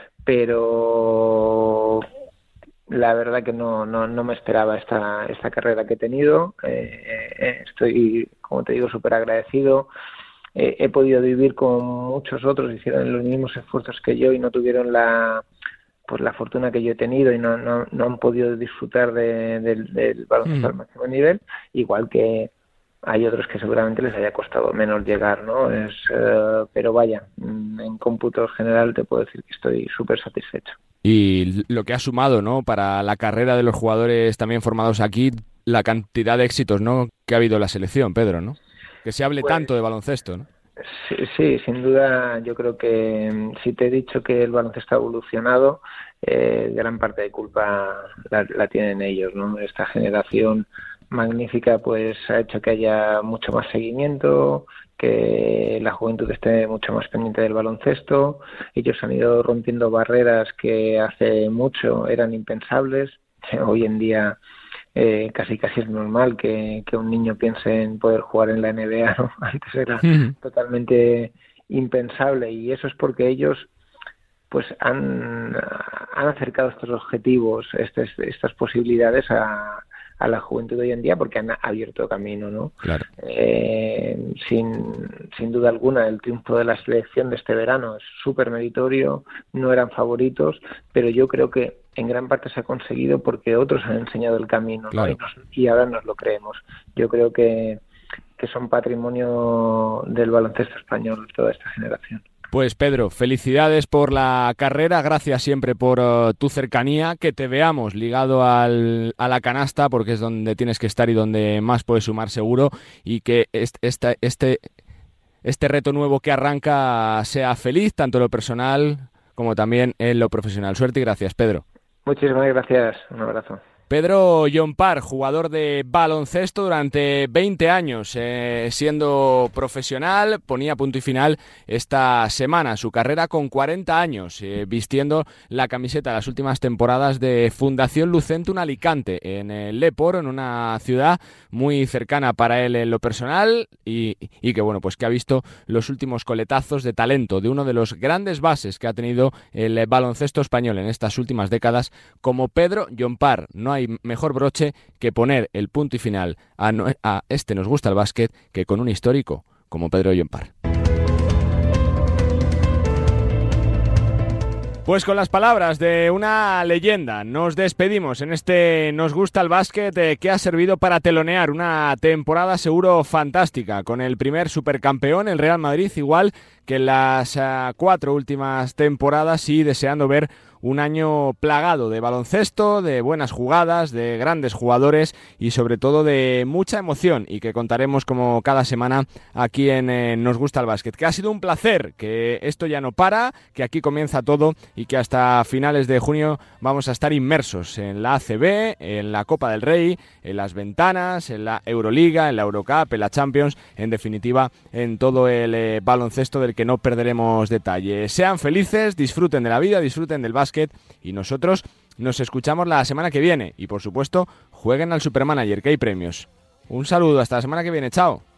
pero la verdad que no, no, no me esperaba esta, esta carrera que he tenido. Eh, eh, estoy, como te digo, súper agradecido. Eh, he podido vivir con muchos otros, hicieron los mismos esfuerzos que yo y no tuvieron la pues la fortuna que yo he tenido y no, no, no han podido disfrutar de, de, del baloncesto Mm. al máximo nivel, igual que hay otros que seguramente les haya costado menos llegar, ¿no? Es, eh, pero vaya, en cómputo general te puedo decir que estoy súper satisfecho. Y lo que ha sumado, ¿no?, para la carrera de los jugadores también formados aquí, la cantidad de éxitos, ¿no?, que ha habido en la selección, Pedro, ¿no? Que se hable Pues, tanto de baloncesto, ¿no? Sí, sí, sin duda. Yo creo que mm, si te he dicho que el baloncesto ha evolucionado, eh, gran parte de culpa la, la tienen ellos, ¿no? Esta generación magnífica pues ha hecho que haya mucho más seguimiento, que la juventud esté mucho más pendiente del baloncesto. Ellos han ido rompiendo barreras que hace mucho eran impensables. Hoy en día eh, casi casi es normal que, que un niño piense en poder jugar en la N B A, ¿no? Antes era Mm. totalmente impensable, y eso es porque ellos pues han, han acercado estos objetivos, estas, estas posibilidades a, a la juventud de hoy en día, porque han abierto camino, ¿no? Claro. Eh, sin, sin duda alguna, el triunfo de la selección de este verano es súper meritorio, no eran favoritos, pero yo creo que en gran parte se ha conseguido porque otros han enseñado el camino, Claro. ¿no? Y, nos- y ahora nos lo creemos. Yo creo que, que son patrimonio del baloncesto español toda esta generación. Pues Pedro, felicidades por la carrera, gracias siempre por uh, tu cercanía, que te veamos ligado al, a la canasta, porque es donde tienes que estar y donde más puedes sumar seguro, y que este, este, este, este reto nuevo que arranca sea feliz, tanto en lo personal como también en lo profesional. Suerte y gracias, Pedro. Muchísimas gracias, un abrazo. Pedro Llompart, jugador de baloncesto durante veinte años, eh, siendo profesional, ponía punto y final esta semana su carrera con cuarenta años, eh, vistiendo la camiseta de las últimas temporadas de Fundación Lucentum Alicante, en el Leporo, en una ciudad muy cercana para él en lo personal, y, y que bueno, pues que ha visto los últimos coletazos de talento de uno de los grandes bases que ha tenido el baloncesto español en estas últimas décadas, como Pedro Llompart. No hay mejor broche que poner el punto y final a, no, a este Nos Gusta el Básquet que con un histórico como Pedro Llompart. Pues con las palabras de una leyenda nos despedimos en este Nos Gusta el Básquet, eh, que ha servido para telonear una temporada seguro fantástica con el primer supercampeón, el Real Madrid, igual que en las uh, cuatro últimas temporadas, y deseando ver un año plagado de baloncesto, de buenas jugadas, de grandes jugadores y sobre todo de mucha emoción, y que contaremos como cada semana aquí en eh, Nos Gusta el Básquet. Que ha sido un placer, que esto ya no para, que aquí comienza todo y que hasta finales de junio vamos a estar inmersos en la A C B, en la Copa del Rey, en las ventanas, en la Euroliga, en la Eurocup, en la Champions, en definitiva en todo el eh, baloncesto del que no perderemos detalle. Sean felices, disfruten de la vida, disfruten del básquet, y nosotros nos escuchamos la semana que viene, y por supuesto jueguen al Supermanager, que hay premios. Un saludo, hasta la semana que viene, chao.